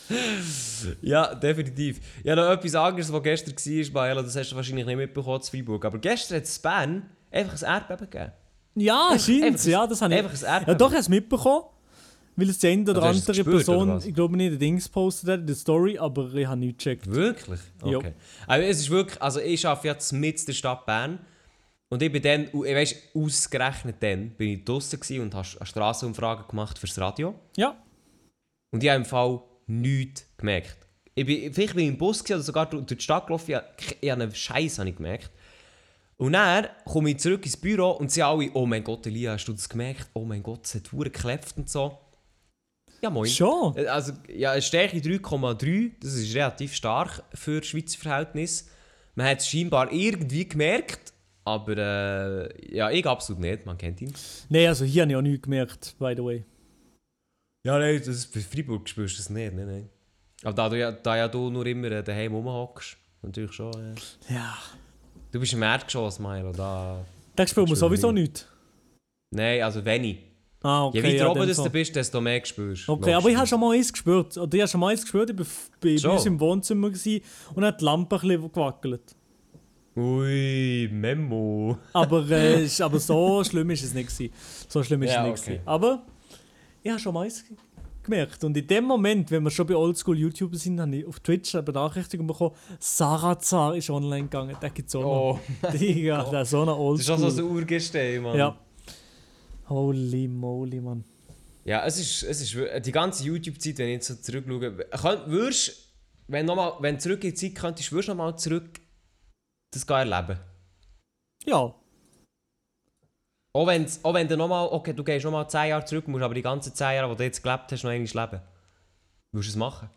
Ja, definitiv. Ja, noch etwas anderes, was gestern war, Maela, das hast du wahrscheinlich nicht mitbekommen, in Freiburg. Aber gestern hat es in Bern einfach ein Erdbeben gegeben. Ja, scheint ja, das habe ich. Einfach ein Erdbeben. Ja, doch, ich habe es mitbekommen. Weil es die eine oder also andere gespürt, Person, oder ich glaube nicht, den Dings postet hat, in der Story, aber ich habe nichts gecheckt. Wirklich? Okay. Aber es ist wirklich, also ich arbeite jetzt mit der Stadt Bern und ich bin dann, ich weiss, ausgerechnet dann, bin ich draussen und habe eine Strassenumfrage gemacht fürs Radio. Ja. Und ich habe im Fall nichts gemerkt. Ich bin, vielleicht bin ich im Bus oder sogar durch die Stadt gelaufen, ich habe einen Scheiß gemerkt. Und dann komme ich zurück ins Büro und sie alle, oh mein Gott, Elia, hast du das gemerkt? Oh mein Gott, es hat verdammt geklebt und so. Ja, moin. Schon? Also, ja, eine Stärke drei Komma drei, das ist relativ stark für Schweizer Verhältnisse. Man hat es scheinbar irgendwie gemerkt, aber äh, ja, ich absolut nicht, man kennt ihn. Nein, also hier habe ich auch nichts gemerkt, by the way. Ja, nein, das ist bei Freiburg spürst du das nicht, nein, nein. Aber da du ja, da ja du nur immer daheim rumhockst, natürlich schon, ja. Ja. Du bist im Erdgeschoss, Milo, da... Da spürt man sowieso nichts? Nein, also wenig. Ah, okay, Je weiter ja, oben so. du bist, desto mehr spürst. Okay, aber ich habe schon mal eins gespürt. Oder ich habe schon mal eins gespürt, ich war bei, bei uns im Wohnzimmer gewesen, und hat die Lampe ein bisschen gewackelt. Ui, Memo. Aber, äh, aber so schlimm ist es nicht gewesen. So schlimm ist ja, es nicht okay. gewesen. Aber ich habe schon mal eins gemerkt. Und in dem Moment, wenn wir schon bei Oldschool-YouTuber sind, habe ich auf Twitch eine Benachrichtigung bekommen, Sarazar ist online gegangen. Der gibt so oh. noch. Digga, der ist so eine Oldschool. Das ist auch so ein Urgestein, Mann. Ja. Holy moly, Mann. Ja, es ist, es ist die ganze YouTube-Zeit, wenn ich jetzt so zurückschaue, könnt, würdest, wenn, noch mal, wenn du zurück in die Zeit könntest, würdest du noch mal zurück das erleben? Ja. Auch, auch wenn du noch mal, okay, du gehst noch mal zehn Jahre zurück, musst aber die ganzen zehn Jahre, die du jetzt gelebt hast, noch einmal leben. Würdest du es machen?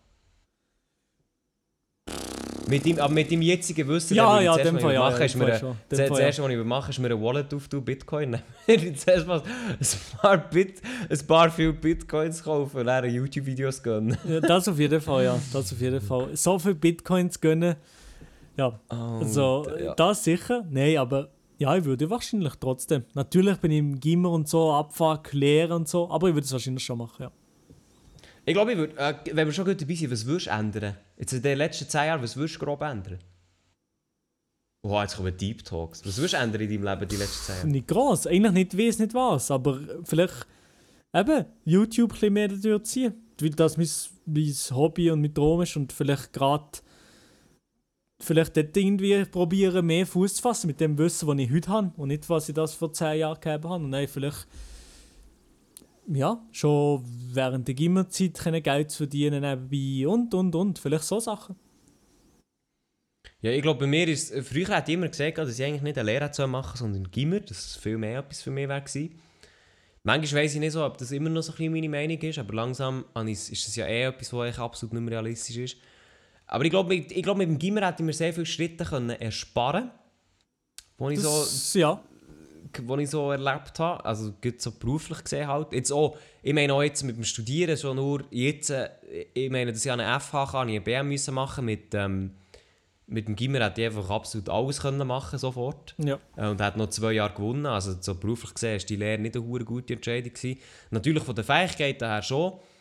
Mit dem, aber mit dem jetzigen Wissen, ja, ja, ja, dem Fall, ja, mache, ist mir Fall eine, schon. das, Fall, das ja. erste, was ich mache, ist mir eine Wallet auf Bitcoin nehmen. Zuerst mal ein paar, Bit, ein paar viele Bitcoins kaufen und dann YouTube-Videos gönnen. Ja, das auf jeden Fall, ja. Das auf jeden Fall. So viel Bitcoins gönnen. Ja, oh, also ja. Das sicher. Nein, aber ja, ich würde wahrscheinlich trotzdem. Natürlich bin ich im Gimmer und so, Abfahrt, Lehren und so, aber ich würde es wahrscheinlich schon machen, ja. Ich glaube, ich würde, äh, wenn wir schon gut dabei sind, was würdest du ändern? Jetzt in den letzten zehn Jahren, was würdest du grob ändern? Oh, jetzt kommen Deep Talks. Was würdest du ändern in deinem Leben die letzten zehn Jahre? Nicht gross. Eigentlich nicht weiss, nicht was. Aber vielleicht eben YouTube ein bisschen mehr dadurch ziehen. Weil das mein, mein Hobby und mein Traum ist. Und vielleicht gerade vielleicht dort irgendwie probieren, mehr Fuß zu fassen mit dem Wissen, das ich heute habe. Und nicht, was ich das vor zehn Jahren gegeben habe. Und dann vielleicht ja, schon während der Gimmerzeit Geld zu verdienen nebenbei und, und, und. Vielleicht so Sachen. Ja, ich glaube, bei mir ist es, früher hat ich immer gesagt, dass ich eigentlich nicht eine Lehre machen soll, sondern Gimmer, dass es viel mehr etwas für mich wäre gewesen. Manchmal weiss ich nicht so, ob das immer noch so ein bisschen meine Meinung ist, aber langsam ist das ja eh etwas, was absolut nicht mehr realistisch ist. Aber ich glaube, ich glaube mit dem Gimmer hätte ich mir sehr viele Schritte können ersparen können, die ich, so, ja. ich so erlebt habe, also gut so beruflich gesehen halt. Jetzt auch, ich meine auch jetzt mit dem Studieren, schon nur jetzt, ich meine, dass ich an einer F H kann, ich eine B M müssen machen mit ähm, Mit dem Gimmer hätte ich einfach absolut alles können machen sofort. Ja. Und hat noch zwei Jahre gewonnen. Also so beruflich gesehen war die Lehre nicht eine gute Entscheidung gewesen. Natürlich von den Fähigkeiten her schon.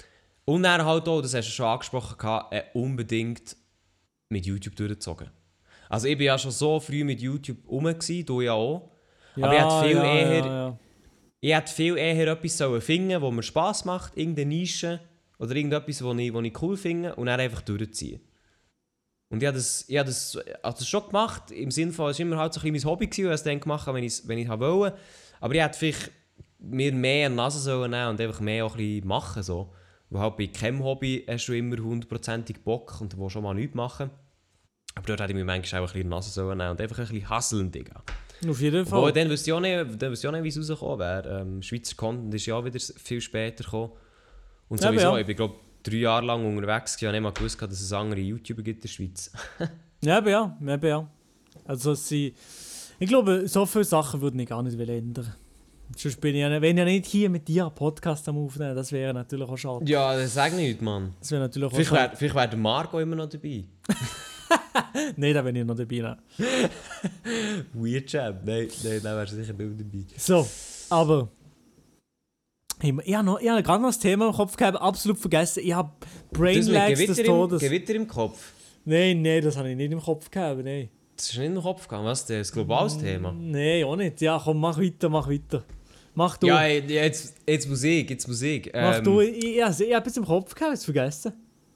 Und dann halt auch, das hast du schon angesprochen, gehabt, äh, unbedingt mit YouTube durchgezogen. Also ich war ja schon so früh mit YouTube rum, gewesen, du ja auch. Ja, Aber ich hätte viel ja, eher... ja, ja. Ich hätte viel eher etwas sollen finden, wo mir Spass macht, irgendeine Nische oder irgendetwas, was ich, ich cool finde und dann einfach durchziehen. Und ich habe das, ich habe das, habe das schon gemacht, im Sinne von, es war immer halt so ein bisschen mein Hobby, gewesen, was ich dann gemacht habe, wenn ich es wenn ich wollte. Aber ich hätte vielleicht mir mehr an die Nase sollen nehmen und einfach mehr auch ein bisschen machen. So. Weil halt bei keinem Hobby hast du immer hundertprozentig Bock und du willst schon mal nichts machen. Aber dort hätte ich mir manchmal auch ein bisschen an die Nase sollen nehmen und einfach ein bisschen hustlen, Digga. Auf jeden Fall. Obwohl, dann wüsste ich auch nicht, dann wüsste ich auch nicht, wie es rausgekommen wäre. Ähm, Schweizer Content ist ja auch wieder viel später gekommen. Und Ja, sowieso, ja. ich bin glaube drei Jahre lang unterwegs gewesen, und nicht mal gewusst, dass es andere YouTuber gibt in der Schweiz. Ja, aber ja, eben ja. Also sie, ich glaube, so viele Sachen würde ich gar nicht ändern. Sonst bin ich ja, wenn ich ja nicht hier mit dir einen Podcast am aufnehmen, das wäre natürlich auch schade. Ja, das sag nicht, Mann. Das wäre natürlich auch Vielleicht schade. wäre vielleicht wär der Marco immer noch dabei. Nein, da bin ich noch dabei. Nein. Weird Jab. Nein, nein, dann wärst du sicher nicht dabei. So, aber ich, ich habe noch, ich habe gerade noch das Thema im Kopf gehabt, absolut vergessen. Ich habe Brain Das mit Lags des Gewitter im, Todes. Gewitter im Kopf. Nein, nein, das habe ich nicht im Kopf gehabt. Nein, Das ist nicht in den Kopf gegangen, was? Das ist ein globales Thema. nein, auch nicht. Ja, komm, mach weiter, mach weiter. Mach du. Ja, jetzt, jetzt Musik, jetzt Musik. Mach Ähm, du. Ich, ich, also, ich habe es im Kopf gehabt, ich habe es vergessen.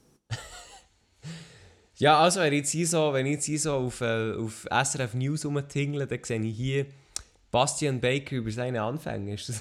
Ja, also wenn ich jetzt hier so, wenn ich jetzt hier so auf, äh, auf S R F News rumtingle, dann sehe ich hier Bastian Baker über seine Anfänge. Ist das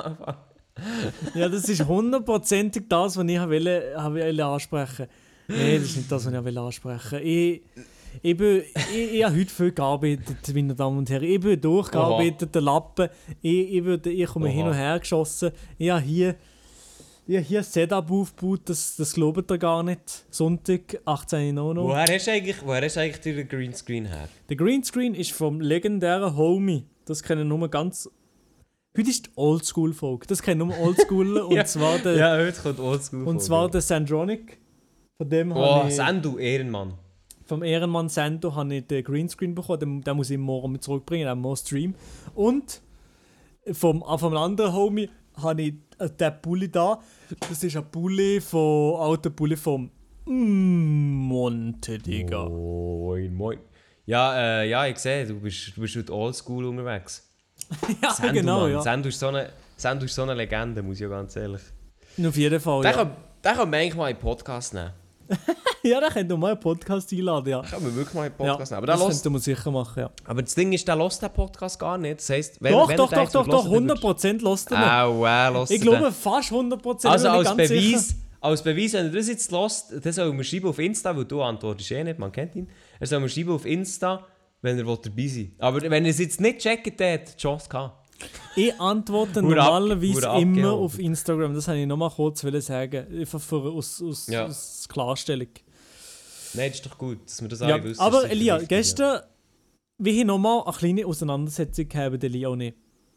Ja, das ist hundertprozentig das, was ich wollte, wollte ansprechen. Nein, das ist nicht das, was ich wollte ansprechen. Ich, ich, bin, ich, ich habe heute viel gearbeitet, meine Damen und Herren. Ich bin durchgearbeitet, der Lappen. Ich, ich, würde, ich komme Oha. hin und her geschossen. Ich habe hier, ich habe hier ein Setup aufgebaut, das, das glaubt ihr gar nicht. Sonntag, achtzehn Uhr. woher hast du eigentlich, woher hast du eigentlich den Greenscreen her? Der Greenscreen ist vom legendären Homie. Das kennen nur ganz... Heute ist Oldschool-Folk. Das kennen nur Oldschooler. und Ja. zwar der, Ja, heute kommt Oldschool. und zwar der Sandronic. Von dem Oh, habe ich... Sandu, Ehrenmann. Vom Ehrenmann Sando habe ich den Greenscreen bekommen, den, den muss ich morgen mit zurückbringen, den muss ich streamen. Und vom, äh, vom anderen Homie habe ich äh, den Pulli da. Das ist ein Pulli von, alter Pulli vom mm, Monte, Digga. Moin, moin. Ja, äh, ja, ich sehe, du bist, du bist heute Oldschool unterwegs. Ja, Sandu, genau, Mann. ja. Sandu ist so eine, Sandu ist so eine Legende, muss ich ja ganz ehrlich. Auf jeden Fall, Den ja. kann, den kann man eigentlich mal in den Podcast nehmen. Ja, da könnt ihr mal einen Podcast einladen, ja. Den kann man wirklich mal in den Ja, Podcast nehmen. Aber, der das hört- könnte man sicher machen, ja. aber das Ding ist, der hört den Podcast gar nicht. Das heisst, wenn, Doch, wenn doch, er doch, denkt, doch, wir doch, hören, hundert Prozent lasst ihr ihn. Au, äh, hört Ich er glaube den. fast hundert Prozent. Also bin ich als ganz Beweis, sicher. als Beweis, wenn er das jetzt hört, dann soll er mir schreiben auf Insta, weil du antwortest eh nicht, man kennt ihn. Er soll mir schreiben auf Insta, wenn er will dabei sein will. Aber wenn er es jetzt nicht checkt, dann hat er die Chance gehabt. Ich antworte Hure ab- normalerweise hure immer abgehoben. auf Instagram. Das wollte ich noch mal kurz sagen. Einfach für, aus, aus, Ja. aus Klarstellung. Nein, das ist doch gut, dass wir das Ja, alle wissen. aber Das ist sicher Elia, wichtig, ja. gestern wir haben noch mal eine kleine Auseinandersetzung gehabt mit Elia und ich.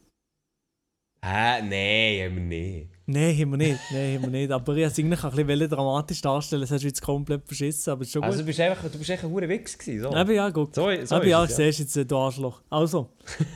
Hä? Nein, haben wir nicht. Nein, haben wir nicht. Nein, haben wir nicht. Aber ich wollte es eigentlich ein bisschen dramatisch darstellen. Das hast du jetzt komplett verschissen, aber ist schon Also gut. du bist einfach, du bist echt ein verdammter Wichs gewesen, so. Eben ja, gut. So, so Eben ist ja, es, ich sehe jetzt, äh, du Arschloch. Also.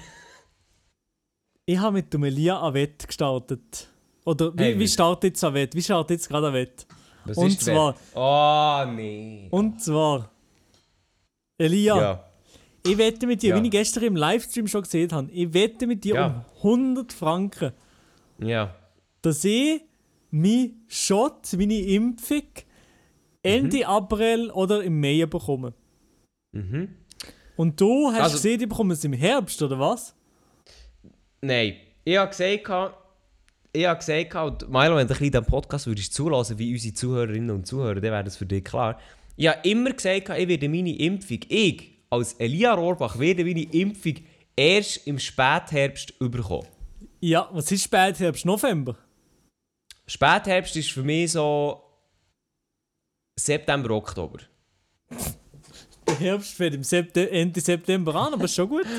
Ich habe mit dem Elia eine Wette gestartet. Oder wie, Hey, wie wie- startet jetzt eine Wette? Wie startet jetzt gerade eine Wette? Was und ist der zwar- Wert? Oh, nee. Und zwar... Elia, Ja. ich wette mit dir, Ja. wie ich gestern im Livestream schon gesehen habe, ich wette mit dir Ja. um hundert Franken, Ja. dass ich meinen Shot, meine Impfung Ende Mhm. April oder im Mai bekomme. Mhm. Und du hast Also- gesehen, ich bekomme es im Herbst, oder was? Nein. Ich habe gesagt, ich habe gesagt, und Milo, wenn du ein bisschen den Podcast würdest zulassen, wie unsere Zuhörerinnen und Zuhörer, dann wäre das für dich klar. Ich habe immer gesagt, ich werde meine Impfung, ich als Elia Rohrbach, werde meine Impfung erst im Spätherbst bekommen. Ja, was ist Spätherbst? November? Spätherbst ist für mich so September, Oktober. Der Herbst fängt im Septe- Ende September an, aber ist schon gut.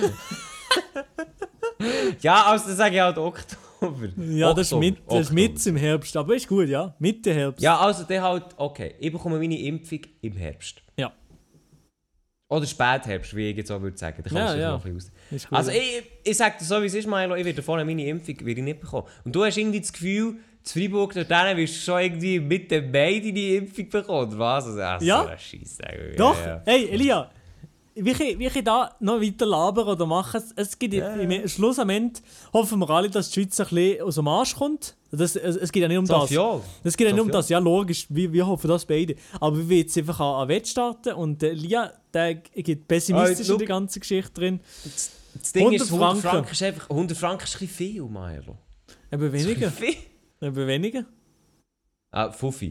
Ja, also dann sage ich halt Oktober. Ja, das ist, Oktober, mit, das ist Oktober. mit im Herbst, aber ist gut, ja. Mitte Herbst. Ja, also dann halt, okay, ich bekomme meine Impfung im Herbst. Ja. Oder Spätherbst, wie ich jetzt auch würde sagen. Da kann Ja, man sich ja. noch ein bisschen aus. Ist gut, Also ja. ich, ich sage dir so, wie es ist, Milo, ich werde vorne meine Impfung werde ich nicht bekommen. Und du hast irgendwie das Gefühl, Freiburg dort hin willst du schon irgendwie mit dem Mai deine Impfung bekommen, oder was? Also, das Ja. ist ein Scheisse. Doch, Ja, ja. hey Elia, wie ich, wie ich da noch weiter labern oder machen, es gibt Ja, im ja. Schluss am Ende, hoffen wir alle, dass die Schweiz ein bisschen aus dem Arsch kommt. Das, es, es geht ja nicht um das. Sofiol. Es geht ja nicht um Sofiol. das, ja logisch, wir, wir hoffen das beide. Aber wir wollen jetzt einfach an, an Wett starten und äh, Elia, der geht pessimistisch Ah, in die ganze Geschichte drin. Das Ding ist, hundert hundert Franken. Franken ist einfach... hundert Franken ist ein bisschen viel, Milo. Eben weniger, Viel? eben weniger. Ah, Fuffi.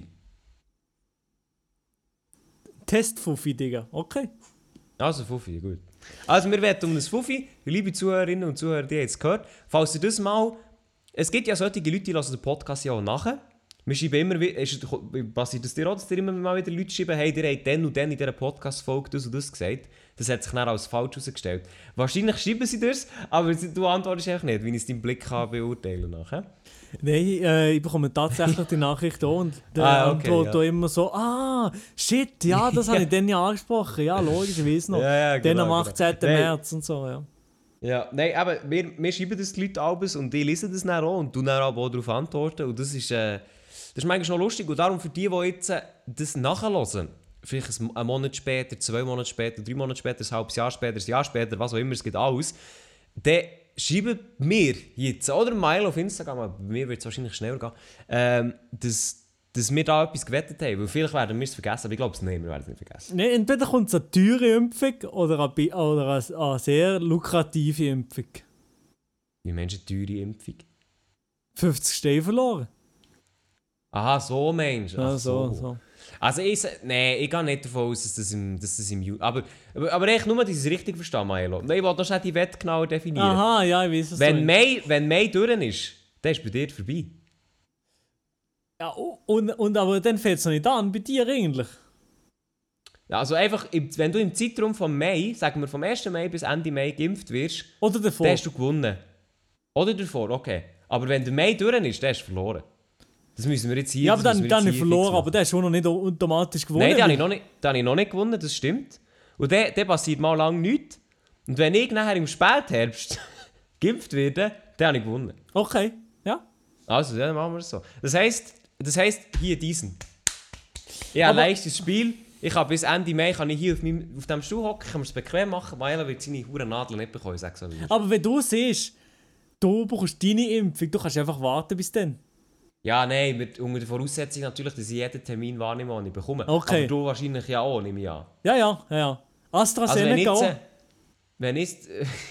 Testfuffi, Digga, okay. Also Fuffi, gut. Also wir werden um das Fuffi, liebe Zuhörerinnen und Zuhörer, die haben es gehört. Falls ihr das mal... Es gibt ja solche Leute, die hören den Podcast ja auch nachher. Wir schreiben immer wieder... ist- Passiert das dir auch, dass dir immer mal wieder Leute schreiben, hey, ihr habt dann und dann in dieser Podcast-Folge das und das gesagt. Das hat sich dann als falsch herausgestellt. Wahrscheinlich schreiben sie das, aber du antwortest einfach nicht, wie ich es deinen Blick kann beurteilen kann. Nein, äh, ich bekomme tatsächlich die Nachricht auch und der Ah, okay, Antwort ja. auch immer so, ah, shit, ja, das habe ich dann ja angesprochen. Ja, logisch, ich weiß noch. Ja, ja, Dann genau, am achtzehnten genau. März und so, ja. Ja, nein, aber wir, wir schreiben das die Leute abends und die lesen das dann auch und du dann aber auch darauf antworten und das ist, äh, das ist manchmal noch lustig und darum für die, die jetzt äh, das nachhören, vielleicht ein- einen Monat später, zwei Monate später, drei Monate später, ein halbes Jahr später, ein Jahr später, was auch immer, es geht alles, dann schreiben mir jetzt, oder Milo auf Instagram, aber bei mir wird es wahrscheinlich schneller gehen, ähm, dass, dass wir da etwas gewettet haben, weil vielleicht werden wir es vergessen, aber ich glaube es nicht, wir werden es nicht vergessen. Nee, entweder kommt es eine teure Impfung oder eine, bi- oder eine, eine sehr lukrative Impfung. Wie Menschen teure Impfung. fünfzig Steine verloren. Aha, so Mensch. Ach, Ja, so, so. Also ich, sa- nee, ich gehe nicht davon aus, dass das im, dass das im Juni... Aber, aber, aber echt nur, dass ich es richtig verstehe, Milo. Nein, ich wollte noch schnell die Wette genauer definieren. Aha, ja, ich weiß es Wenn so. Mai, wenn Mai durch ist, dann ist bei dir vorbei. Ja, und, und aber dann fällt es noch nicht an, bei dir eigentlich. Ja, also einfach, im- wenn du im Zeitraum von Mai, sagen wir vom ersten Mai bis Ende Mai geimpft wirst, Oder davor. dann hast du gewonnen. Oder davor, okay. Aber wenn der Mai durch ist, dann hast du verloren. Das müssen wir jetzt hier... Ja, aber das dann, müssen wir dann jetzt ich hier verloren, fix machen. aber der ist schon noch nicht automatisch gewonnen. Nein, den habe ich noch nicht, den habe ich noch nicht gewonnen, das stimmt. Und dann, dann passiert mal lang nichts. Und wenn ich nachher im Spätherbst geimpft werde, dann habe ich gewonnen. Okay, ja. Also, dann machen wir es so. Das heisst, das heisst hier diesen. Ich habe Aber- ein leichtes Spiel. Ich habe bis Ende Mai kann ich hier auf, meinem, auf dem Stuhl hocken, kann mir es bequem machen, weil er wird seine Huren Nadeln nicht bekommen, ich sage so. wie es ist. Aber wenn du siehst, du bekommst deine Impfung, du kannst einfach warten bis dann. Ja, nein, mit, unter der Voraussetzung natürlich, dass ich jeden Termin wahrnehme, den ich bekomme. Okay. Aber du wahrscheinlich ja auch, nehme ich an. Ja, ja, ja, ja. Also wenn AstraZeneca jetzt... auch. äh, Wenn jetzt...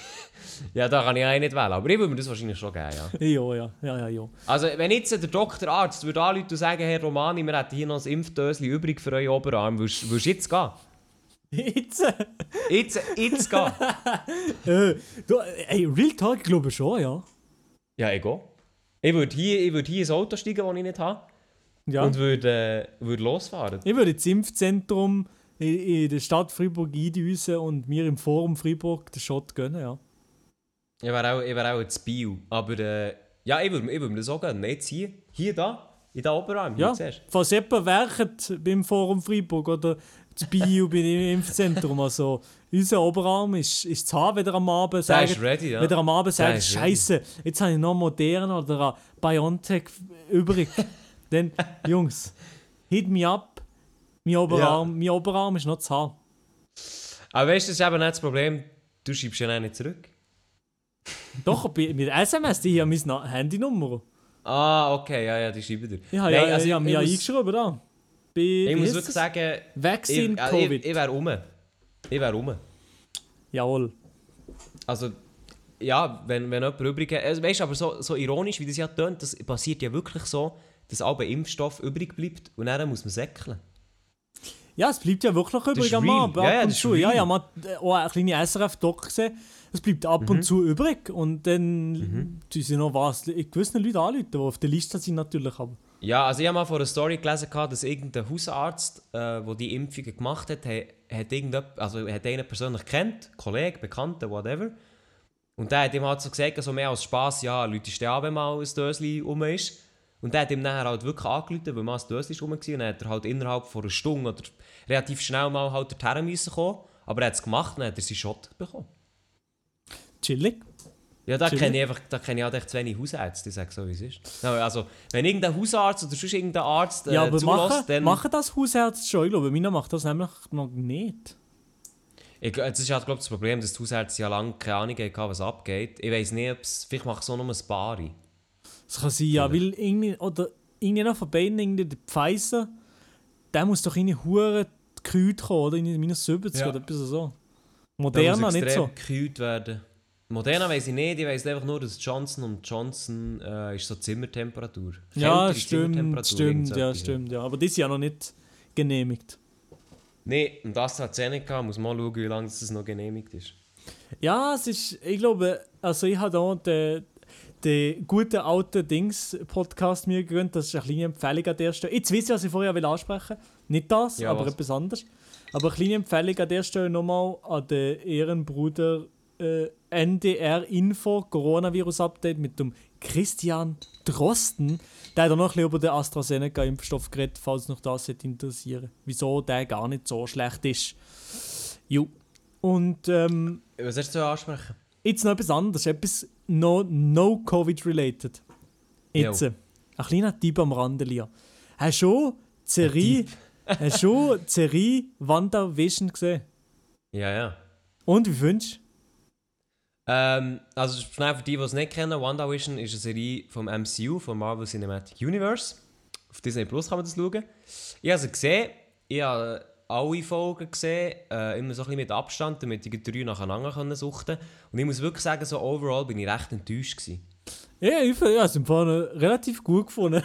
ja, da kann ich eigentlich nicht wählen, aber ich würde mir das wahrscheinlich schon geben, ja. Ja, ja, ja, ja, ja. Also wenn jetzt der Doktor Arzt würde anrufen und sagen, Herr Romani, wir hätten hier noch ein Impfdöschen übrig für euren Oberarm, würdest würdest du jetzt gehen? Jetzt? äh, Jetzt, jetzt gehen? äh, du, ey, Real Talk, ich glaube schon, ja. Ja, ich gehe. Ich würde hier, ich würde hier ins Auto steigen, das ich nicht habe, ja. und würde, äh, würde losfahren. Ich würde ins Impfzentrum in, in der Stadt Freiburg eindüsen und mir im Forum Freiburg den Shot gönnen, ja. Ich wäre auch, ich wär auch ins Bio, aber äh, ja, ich würde, ich würde mir das auch gönnen. Jetzt hier, hier da, in den Oberarm, hier Ja, zuerst. falls jemand werkt beim Forum Freiburg oder das Bio bei dem Impfzentrum, also unser Oberarm ist, ist zu haben, wenn ihr am Abend Der sagt, ist ready, ja. wenn ihr am Abend sagt, ist ready. Scheiße, jetzt habe ich noch Moderna oder ein BioNTech übrig. Dann, Jungs, hit me up, mein Oberarm, mein Oberarm ist noch zu haben. Aber weißt du, das ist eben nicht das Problem, du schreibst ja nicht zurück. Doch, bei- mit S M S, die haben meine Na- Handynummer. Ah, okay, ja, ja, die schreiben dir. Ich habe Nein, ja, also ich habe mich ja muss- eingeschrieben da. Bei, Ich wie muss heisst wirklich es? sagen, Vaccine ich, also ich, Covid. ich wäre rum. Ich wäre rum. Jawohl. Also, ja, wenn, wenn jemand übrig hat. Also, weißt du, aber so, so ironisch, wie das ja tönt, das passiert ja wirklich so, dass alle Impfstoff übrig bleibt und dann muss man säckeln. Ja, es bleibt ja wirklich übrig ist am real. Abend. Ja, Ab ja, und das ist zu. Ja, real. ja, man hat äh, auch eine kleine S R F-Doc gesehen. Es bleibt ab Mhm. und zu übrig. Und dann mhm. tun sie noch was. Gewissen Leute anrufen, die auf der Liste sind natürlich. Aber. Ja, also ich habe mal vor einer Story gelesen, dass irgendein Hausarzt, äh, der die Impfungen gemacht hat, hat, hat, irgendjemand- also hat einen persönlich kennt, Kollege, Bekannte, whatever. Und der hat ihm halt so gesagt, also mehr als Spass, ja, Leute stehen an, wenn mal ein Döschen rum ist. Und der hat ihm nachher halt wirklich angerufen, weil mal ein Döschen rum war. Und dann hat er halt innerhalb von einer Stunde oder relativ schnell mal halt dorthin müssen kommen. Aber er hat es gemacht und dann hat er seinen Shot bekommen. Chillig. Ja, da Chillig. kenne ich einfach, da kenne ich halt echt zu wenig Hausärzte, ich sage so, wie es ist. Also, wenn irgendein Hausarzt oder sonst irgendein Arzt äh, Ja, aber zulässt, machen, dann... machen das Hausärzte schon? Ich glaube, meiner macht das nämlich noch nicht. Ich, das ist halt, glaube ich, das Problem, dass die Hausärzte ja lange keine Ahnung hatten, was abgeht. Ich weiss nicht, ob es... Vielleicht macht es auch nur ein Bari. Das kann sein, ja, weil irgendwie... Oder irgendwie noch von beiden, irgendwie der Pfizer, der muss doch irgendwie hure gekühlt kommen, oder? In minus siebzig Ja. oder etwas so. Da Moderna muss nicht so. extrem gekühlt werden. Moderna weiss ich nicht, ich weiss einfach nur, dass Johnson und Johnson äh, ist so Zimmertemperatur. Ja, Kältere stimmt, Zimmertemperatur, stimmt, irgend so ja, etwas. stimmt, ja. Aber die sind ja noch nicht genehmigt. Nein, und AstraZeneca, muss mal schauen, wie lange das noch genehmigt ist. Ja, es ist, ich glaube, also ich habe hier den, den guten alten Dings-Podcast mir gegönnt, das ist eine kleine Empfehlung an der Stelle. Jetzt wisst ihr, was ich vorher will ansprechen will. Nicht das, Ja, aber was? etwas anderes. Aber eine kleine Empfehlung an der Stelle nochmal an den Ehrenbruder äh, N D R-Info, Coronavirus-Update mit dem Christian Drosten. Der hat auch noch ein bisschen über den AstraZeneca-Impfstoff geredet, falls noch das interessiert. Wieso der gar nicht so schlecht ist. Jo. Und ähm, Was hast du zu ansprechen? jetzt noch etwas anderes, etwas no, no Covid-related. Jetzt, Jo. äh, ein kleiner Tipp am Rande, Lia. Hast du schon die Serie, hast du schon die Serie WandaVision gesehen? Ja, ja. Und, wie findest du? Ähm, also schnell für die, die es nicht kennen, WandaVision ist eine Serie vom M C U, vom Marvel Cinematic Universe. Auf Disney Plus kann man das schauen. Ich habe sie gesehen, ich habe alle Folgen gesehen, äh, immer so ein bisschen mit Abstand, damit ich die drei nacheinander können suchten. Und ich muss wirklich sagen, so overall bin ich recht enttäuscht gewesen. Ja, ich finde ja, es im Fall relativ gut gefunden.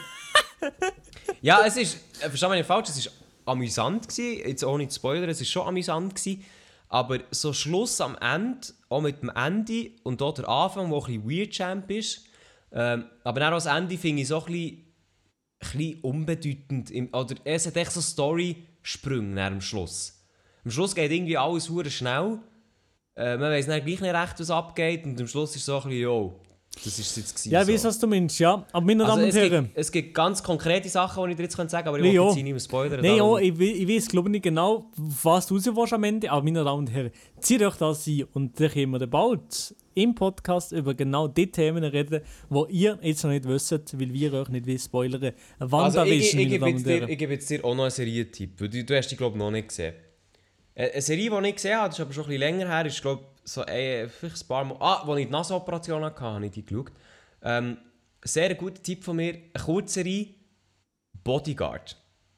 Ja, es ist, äh, versteh mich nicht falsch, es ist amüsant gewesen, jetzt ohne zu spoilern, es ist schon amüsant gewesen, aber so Schluss am Ende, auch mit dem Ende und auch der Anfang, wo ein bisschen weird Champ ist, ähm, aber dann auch das Ende finde ich so ein bisschen, ein bisschen unbedeutend, im, oder es hat echt so Story-Sprünge nach dem Schluss. Am Schluss geht irgendwie alles hure schnell, äh, man weiss dann gleich nicht recht, was abgeht und am Schluss ist es so ein bisschen, yo, das ist es jetzt gewesen. Ja, ich so. weiß, was du meinst, ja. Aber meine Also Damen und es, Herren. gibt, es gibt ganz konkrete Sachen, die ich dir jetzt sagen könnte, aber ich Nee, will ja. jetzt nicht mehr spoilern. Nein, ja, darum- ich, we- ich weiß glaube nicht genau, was du raus willst am Ende, aber meine Damen und Herren, zieht euch das ein und dann können wir dann bald im Podcast über genau die Themen reden, die ihr jetzt noch nicht wisst, weil wir euch nicht wissen, spoilern. Also WandaVision, ich, ich, ich, meine gebe Damen jetzt und dir, Herren. ich gebe jetzt dir auch noch einen Serientipp, weil du, du hast die glaube ich noch nicht gesehen. Eine eine Serie, die ich gesehen habe, das ist aber schon ein bisschen länger her, ist glaube so äh, vielleicht ein paar Mal... Ah, als ich die Nasenoperationen hatte, habe ich die geschaut. Ähm, sehr ein guter Tipp von mir, eine Kurzserie, Bodyguard.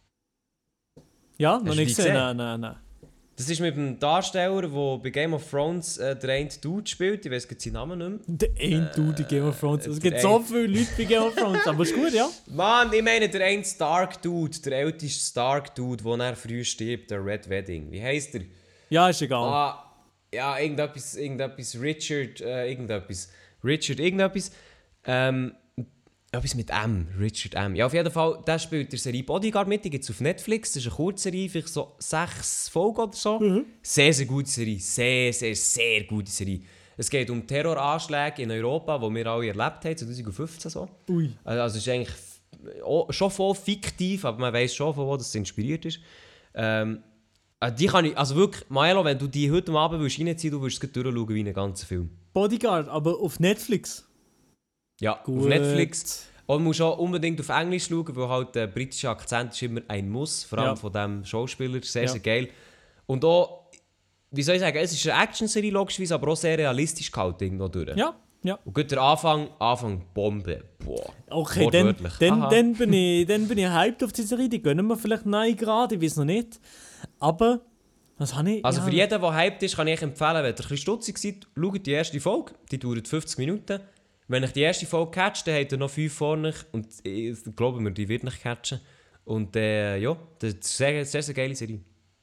Ja, Hast noch du nicht die gesehen? gesehen? Nein, nein, nein. Das ist mit dem Darsteller, der bei Game of Thrones äh, der eine Dude spielt, ich weiß jetzt seinen Namen nicht mehr. Der ein Dude in Game of Thrones. Es der gibt so ein- viele Leute bei Game of Thrones, aber ist gut, ja. Mann, ich meine der eine Stark-Dude, der älteste Stark-Dude, der er früh stirbt, der Red Wedding. Wie heisst er? Ja, ist egal. Ah, ja, irgendetwas, irgendetwas, Richard, äh, irgendetwas. Richard, irgendetwas. Ähm, etwas mit M, Richard M. Ja, auf jeden Fall, der spielt der Serie Bodyguard mit, die gibt es auf Netflix. Das ist eine Kurzserie, vielleicht so sechs Folgen oder so. Sehr, sehr gute Serie, sehr, sehr, sehr gute Serie. Es geht um Terroranschläge in Europa, die wir alle erlebt haben, zwanzig fünfzehn so. Ui. Also es ist eigentlich f- auch- schon voll fiktiv, aber man weiß schon, von wo das inspiriert ist. Ähm, äh, die kann ich, also wirklich, Milo, wenn du die heute Abend willst reinziehen, du wirst es gleich durchschauen wie einen ganzen Film. Bodyguard, aber auf Netflix. Ja, Gut. auf Netflix. Und man muss auch unbedingt auf Englisch schauen, weil halt der britische Akzent ist immer ein Muss, vor allem Ja. von diesem Schauspieler, sehr, Ja. sehr geil. Und auch, wie soll ich sagen, es ist eine Action-Serie logischerweise, aber auch sehr realistisch gehalten irgendwo durch. Ja, ja. Und gut, der Anfang, Anfang Bombe. Boah, Okay, dann, wortwörtlich. dann, Aha. dann, bin ich, dann bin ich hyped auf diese Serie. Die gönnen wir vielleicht nein gerade, ich weiß noch nicht. Aber, was habe ich... Also ja, für jeden, der hyped ist, kann ich euch empfehlen, wenn ihr ein bisschen stutzig seid, schaut die erste Folge, die dauert fünfzig Minuten. Wenn ich die erste Folge catcht, dann habt ihr noch fünf vor euch und ich glaube mir, die wird nicht catchen. Und äh, ja, das ist eine sehr, sehr, sehr geile Serie.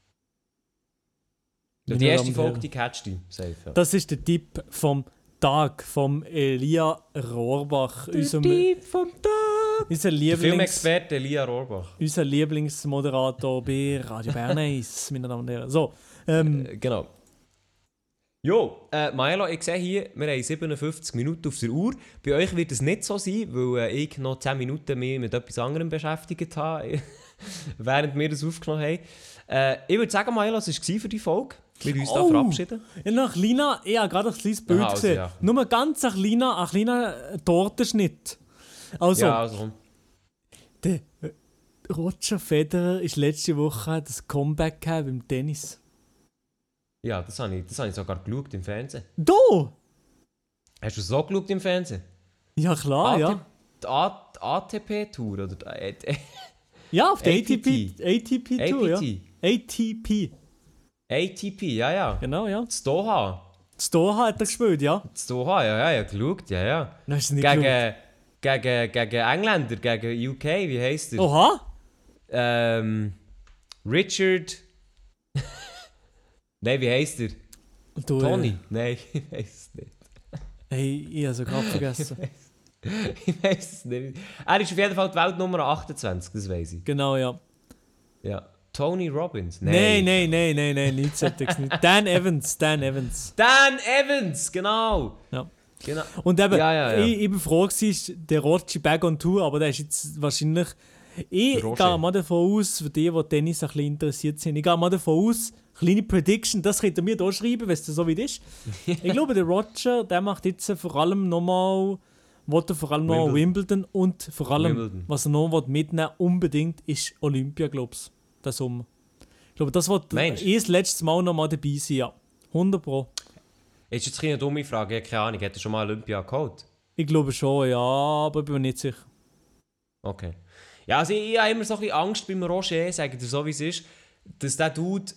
Meine Die erste Damen und Folge, Herren. die catcht die, safe. Ja. Das ist der Tipp vom Tag, vom Elia Rohrbach. Unserem, vom Tag! unser, Der Lieblings, Filmexperte Elia Rohrbach. unser Lieblingsmoderator bei Radio Bern eins, meine Damen und Herren. So, ähm, Äh, genau. Jo, äh, Milo, ich sehe hier, wir haben siebenundfünfzig Minuten auf der Uhr. Bei euch wird es nicht so sein, weil äh, ich noch zehn Minuten mehr mit etwas anderem beschäftigt habe, während wir das aufgenommen haben. Äh, ich würde sagen, Milo, es war für die Folge. Wir uns Oh. da verabschieden. Ja, noch ein kleiner, ich habe gerade ein kleines Bild Aha, also, gesehen. ja. Nur ganz ein kleiner, ein kleiner Tortenschnitt. Also, Ja, also komm. der äh, Roger Federer ist letzte Woche das Comeback gehabt beim Tennis. Ja, das habe ich, das hab ich sogar geschaut im Fernsehen. Da! Hast du so geschaut im Fernsehen? Ja klar, A T- ja. Die A- die A T P-Tour oder die A T- Ja, auf der A T P. A T P-Tour, ja. A P T. A T P, A T P, ja, ja. genau, ja. Das Doha. Das Doha hat er gespielt, ja. Das Doha, ja, ja, ja, geschaut, ja, ja. Nein, hast du nicht geschaut. Gegen, gegen, gegen Engländer, gegen U K, wie heisst der? Oha! Ähm, Richard... Nein, wie heisst der? Du, äh, Tony? Nein, ich weiß es nicht. Hey, ich habe es gerade vergessen. Ich weiß es nicht. Er ist auf jeden Fall die Weltnummer achtundzwanzig, das weiß ich. Genau, ja. Ja. Tony Robbins? Nein, nein, nein, nein, nein, nicht Celtics nicht. Dan Evans, Dan Evans. Dan Evans, genau. Ja. genau. Und eben, Ja, ja, ja. ich, ich bin froh gewesen, der Roger back on tour, aber der ist jetzt wahrscheinlich... Ich Der Roger. gehe mal davon aus, für die, die Tennis ein bisschen interessiert sind, ich gehe mal davon aus, kleine Prediction, das könnt ihr mir hier schreiben, wenn es so weit ist. Ich glaube, der Roger, der macht jetzt vor allem nochmal, will er vor allem noch Wimbledon und vor allem, Wimbledon. was er noch will mitnehmen unbedingt, ist Olympia, glaube ich, der Sommer. Ich glaube, das wird Meinst du? eh das letzte Mal noch mal dabei sein, ja. hundert Pro. Ist jetzt eine dumme Frage, ich habe keine Ahnung. Hat er schon mal Olympia geholt? Ich glaube schon, ja, aber ich bin mir nicht sicher. Okay. Ja, also ich, ich habe immer so ein bisschen Angst beim Roger, sage ich dir so wie es ist, dass der Dude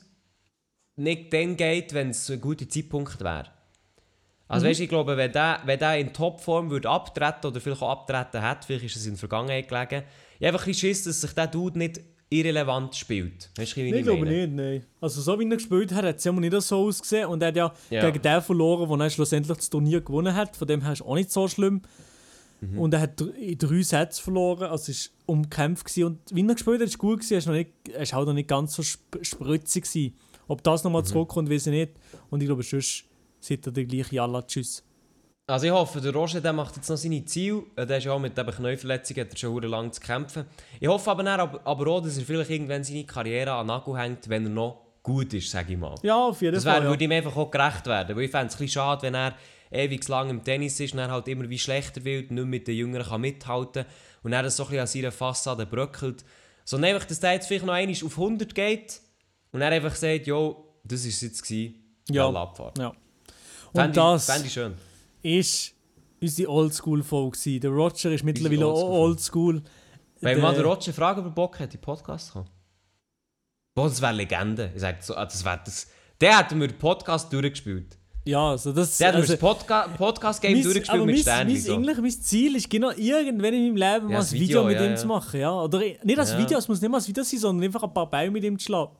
nicht dann geht, wenn es ein guter Zeitpunkt wäre. Also Mhm. weißt du, ich glaube, wenn der, wenn der in Topform würde abtreten oder vielleicht auch abtreten hat, vielleicht ist es in der Vergangenheit gelegen, ich habe einfach ein bisschen Schiss, dass sich der Dude nicht irrelevant spielt. Weißt du, wie Nee, ich ich glaube meine? nicht, nein. Also so wie er gespielt hat, hat es ja nicht so ausgesehen. Und er hat ja, Ja. gegen den verloren, wo er schlussendlich das Turnier gewonnen hat. Von dem her ist es auch nicht so schlimm. Mhm. Und er hat dr- in drei Sätzen verloren, also es war umkämpft. gewesen. Und wie er gespielt hat, ist gut gewesen. Er ist noch nicht, er ist halt noch nicht ganz so sp spritzig gewesen. Ob das Mhm. nochmal zurückkommt, weiß ich nicht. Und ich glaube, sonst sieht er der gleiche Jalla. Tschüss. Also ich hoffe, der Roger der macht jetzt noch seine Ziele. Äh, Der ist ja auch mit eben Knöchelverletzungen, hat er schon verdammt lang zu kämpfen. Ich hoffe aber, dann, aber, aber auch, dass er vielleicht irgendwann seine Karriere an den Nagel hängt, wenn er noch gut ist, sage ich mal. Ja, auf jeden Das Fall. wär, Ja. würde ihm einfach auch gerecht werden. Weil ich fände es ein bisschen schade, wenn er ewig lang im Tennis ist und er halt immer wie schlechter wird, nicht mit den Jüngeren kann mithalten und er das so ein bisschen an seiner Fassade bröckelt. Sondern einfach, dass der jetzt vielleicht noch einmal auf hundert geht und er einfach sagt, jo, das war es jetzt gewesen. Ja. Jalla, Abfahrt. Ja. Und Fände ich, das fände ich schön. ist unsere Oldschool-Folge gewesen. Der Roger ist mittlerweile auch Oldschool-Folge. Oldschool. Wenn Der- man den Roger fragen, ob er Bock hat, in den Podcast zu kommen. Boah, das wäre Legende. Ich sage so, ah, das wär das. Der hat mir den Podcast durchgespielt. Ja, also das... Der hat mir also, das Podca Podcast-Game Mein- durchgespielt aber mit mein, Sternchen. mein, So. eigentlich mein Ziel ist genau irgendwann in meinem Leben mal Ja, ein das Video, Video, mit ja, ihm ja. zu machen. Ja? Oder nicht als Ja. Video, es muss nicht mal ein Video sein, sondern einfach ein paar Beine mit ihm zu schlagen.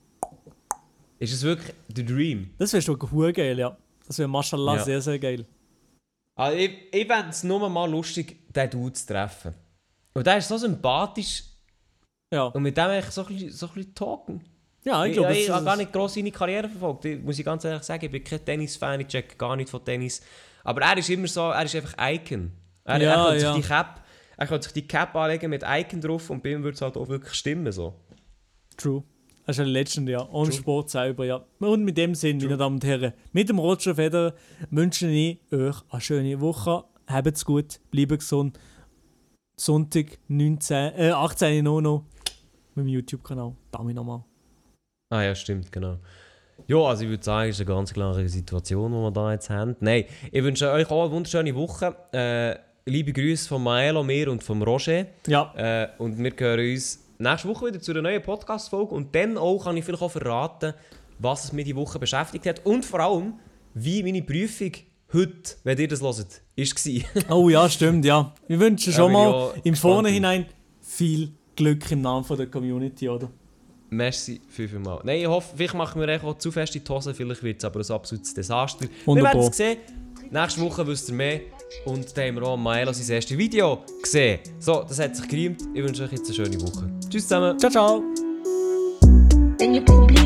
Ist es wirklich der Dream? Das wäre schon hure geil, ja. Das wäre mashallah Ja. sehr, sehr geil. Also ich ich fände es nur mal lustig, den Dude zu treffen. Und der ist so sympathisch Ja, und mit dem ich so ein bisschen, so ein bisschen talken. ja ich Ich, glaube, ich, ich das habe gar ist... nicht gross seine Karriere verfolgt, ich, muss ich ganz ehrlich sagen. Ich bin kein Tennis-Fan, ich check gar nicht von Tennis. Aber er ist immer so, er ist einfach Icon. Er, Ja, er, könnte ja. sich die Cap, er könnte sich die Cap anlegen mit Icon drauf und bei ihm würde es halt auch wirklich stimmen. So. True. Das ist eine Legend, ja. Ohne Sport selber, ja. Und mit dem Sinn, meine Damen und Herren, mit dem Roger Federer wünsche ich euch eine schöne Woche. Habt's gut, bleibt gesund. Sonntag, neunzehn, äh, achtzehn Uhr noch mit dem YouTube-Kanal. Damit nochmal. Ah ja, stimmt, genau. Ja, also ich würde sagen, es ist eine ganz klare Situation, die wir da jetzt haben. Nein, ich wünsche euch auch eine wunderschöne Woche. Äh, liebe Grüße von Maelo, mir und von Roger. Ja, Äh, und wir hören uns nächste Woche wieder zu einer neuen Podcast-Folge. Und dann auch kann ich vielleicht auch verraten, was es mich die Woche beschäftigt hat. Und vor allem, wie meine Prüfung heute, wenn ihr das hört, war. oh ja, stimmt, ja. Wir wünschen schon bin mal ich auch im gespannt Vornherein viel Glück im Namen von der Community, oder? Merci viel, viel mal. Nein, ich hoffe, vielleicht machen wir echt auch zu fest in die Hose, vielleicht wird es aber ein absolutes Desaster. Wir Wunderbar. werden es sehen. Nächste Woche wisst ihr mehr. Und da haben wir auch Maelo sein erstes Video gesehen. So, das hat sich gereimt. Ich wünsche euch jetzt eine schöne Woche. Tschüss zusammen. Ciao, ciao! Wenn ihr Probleme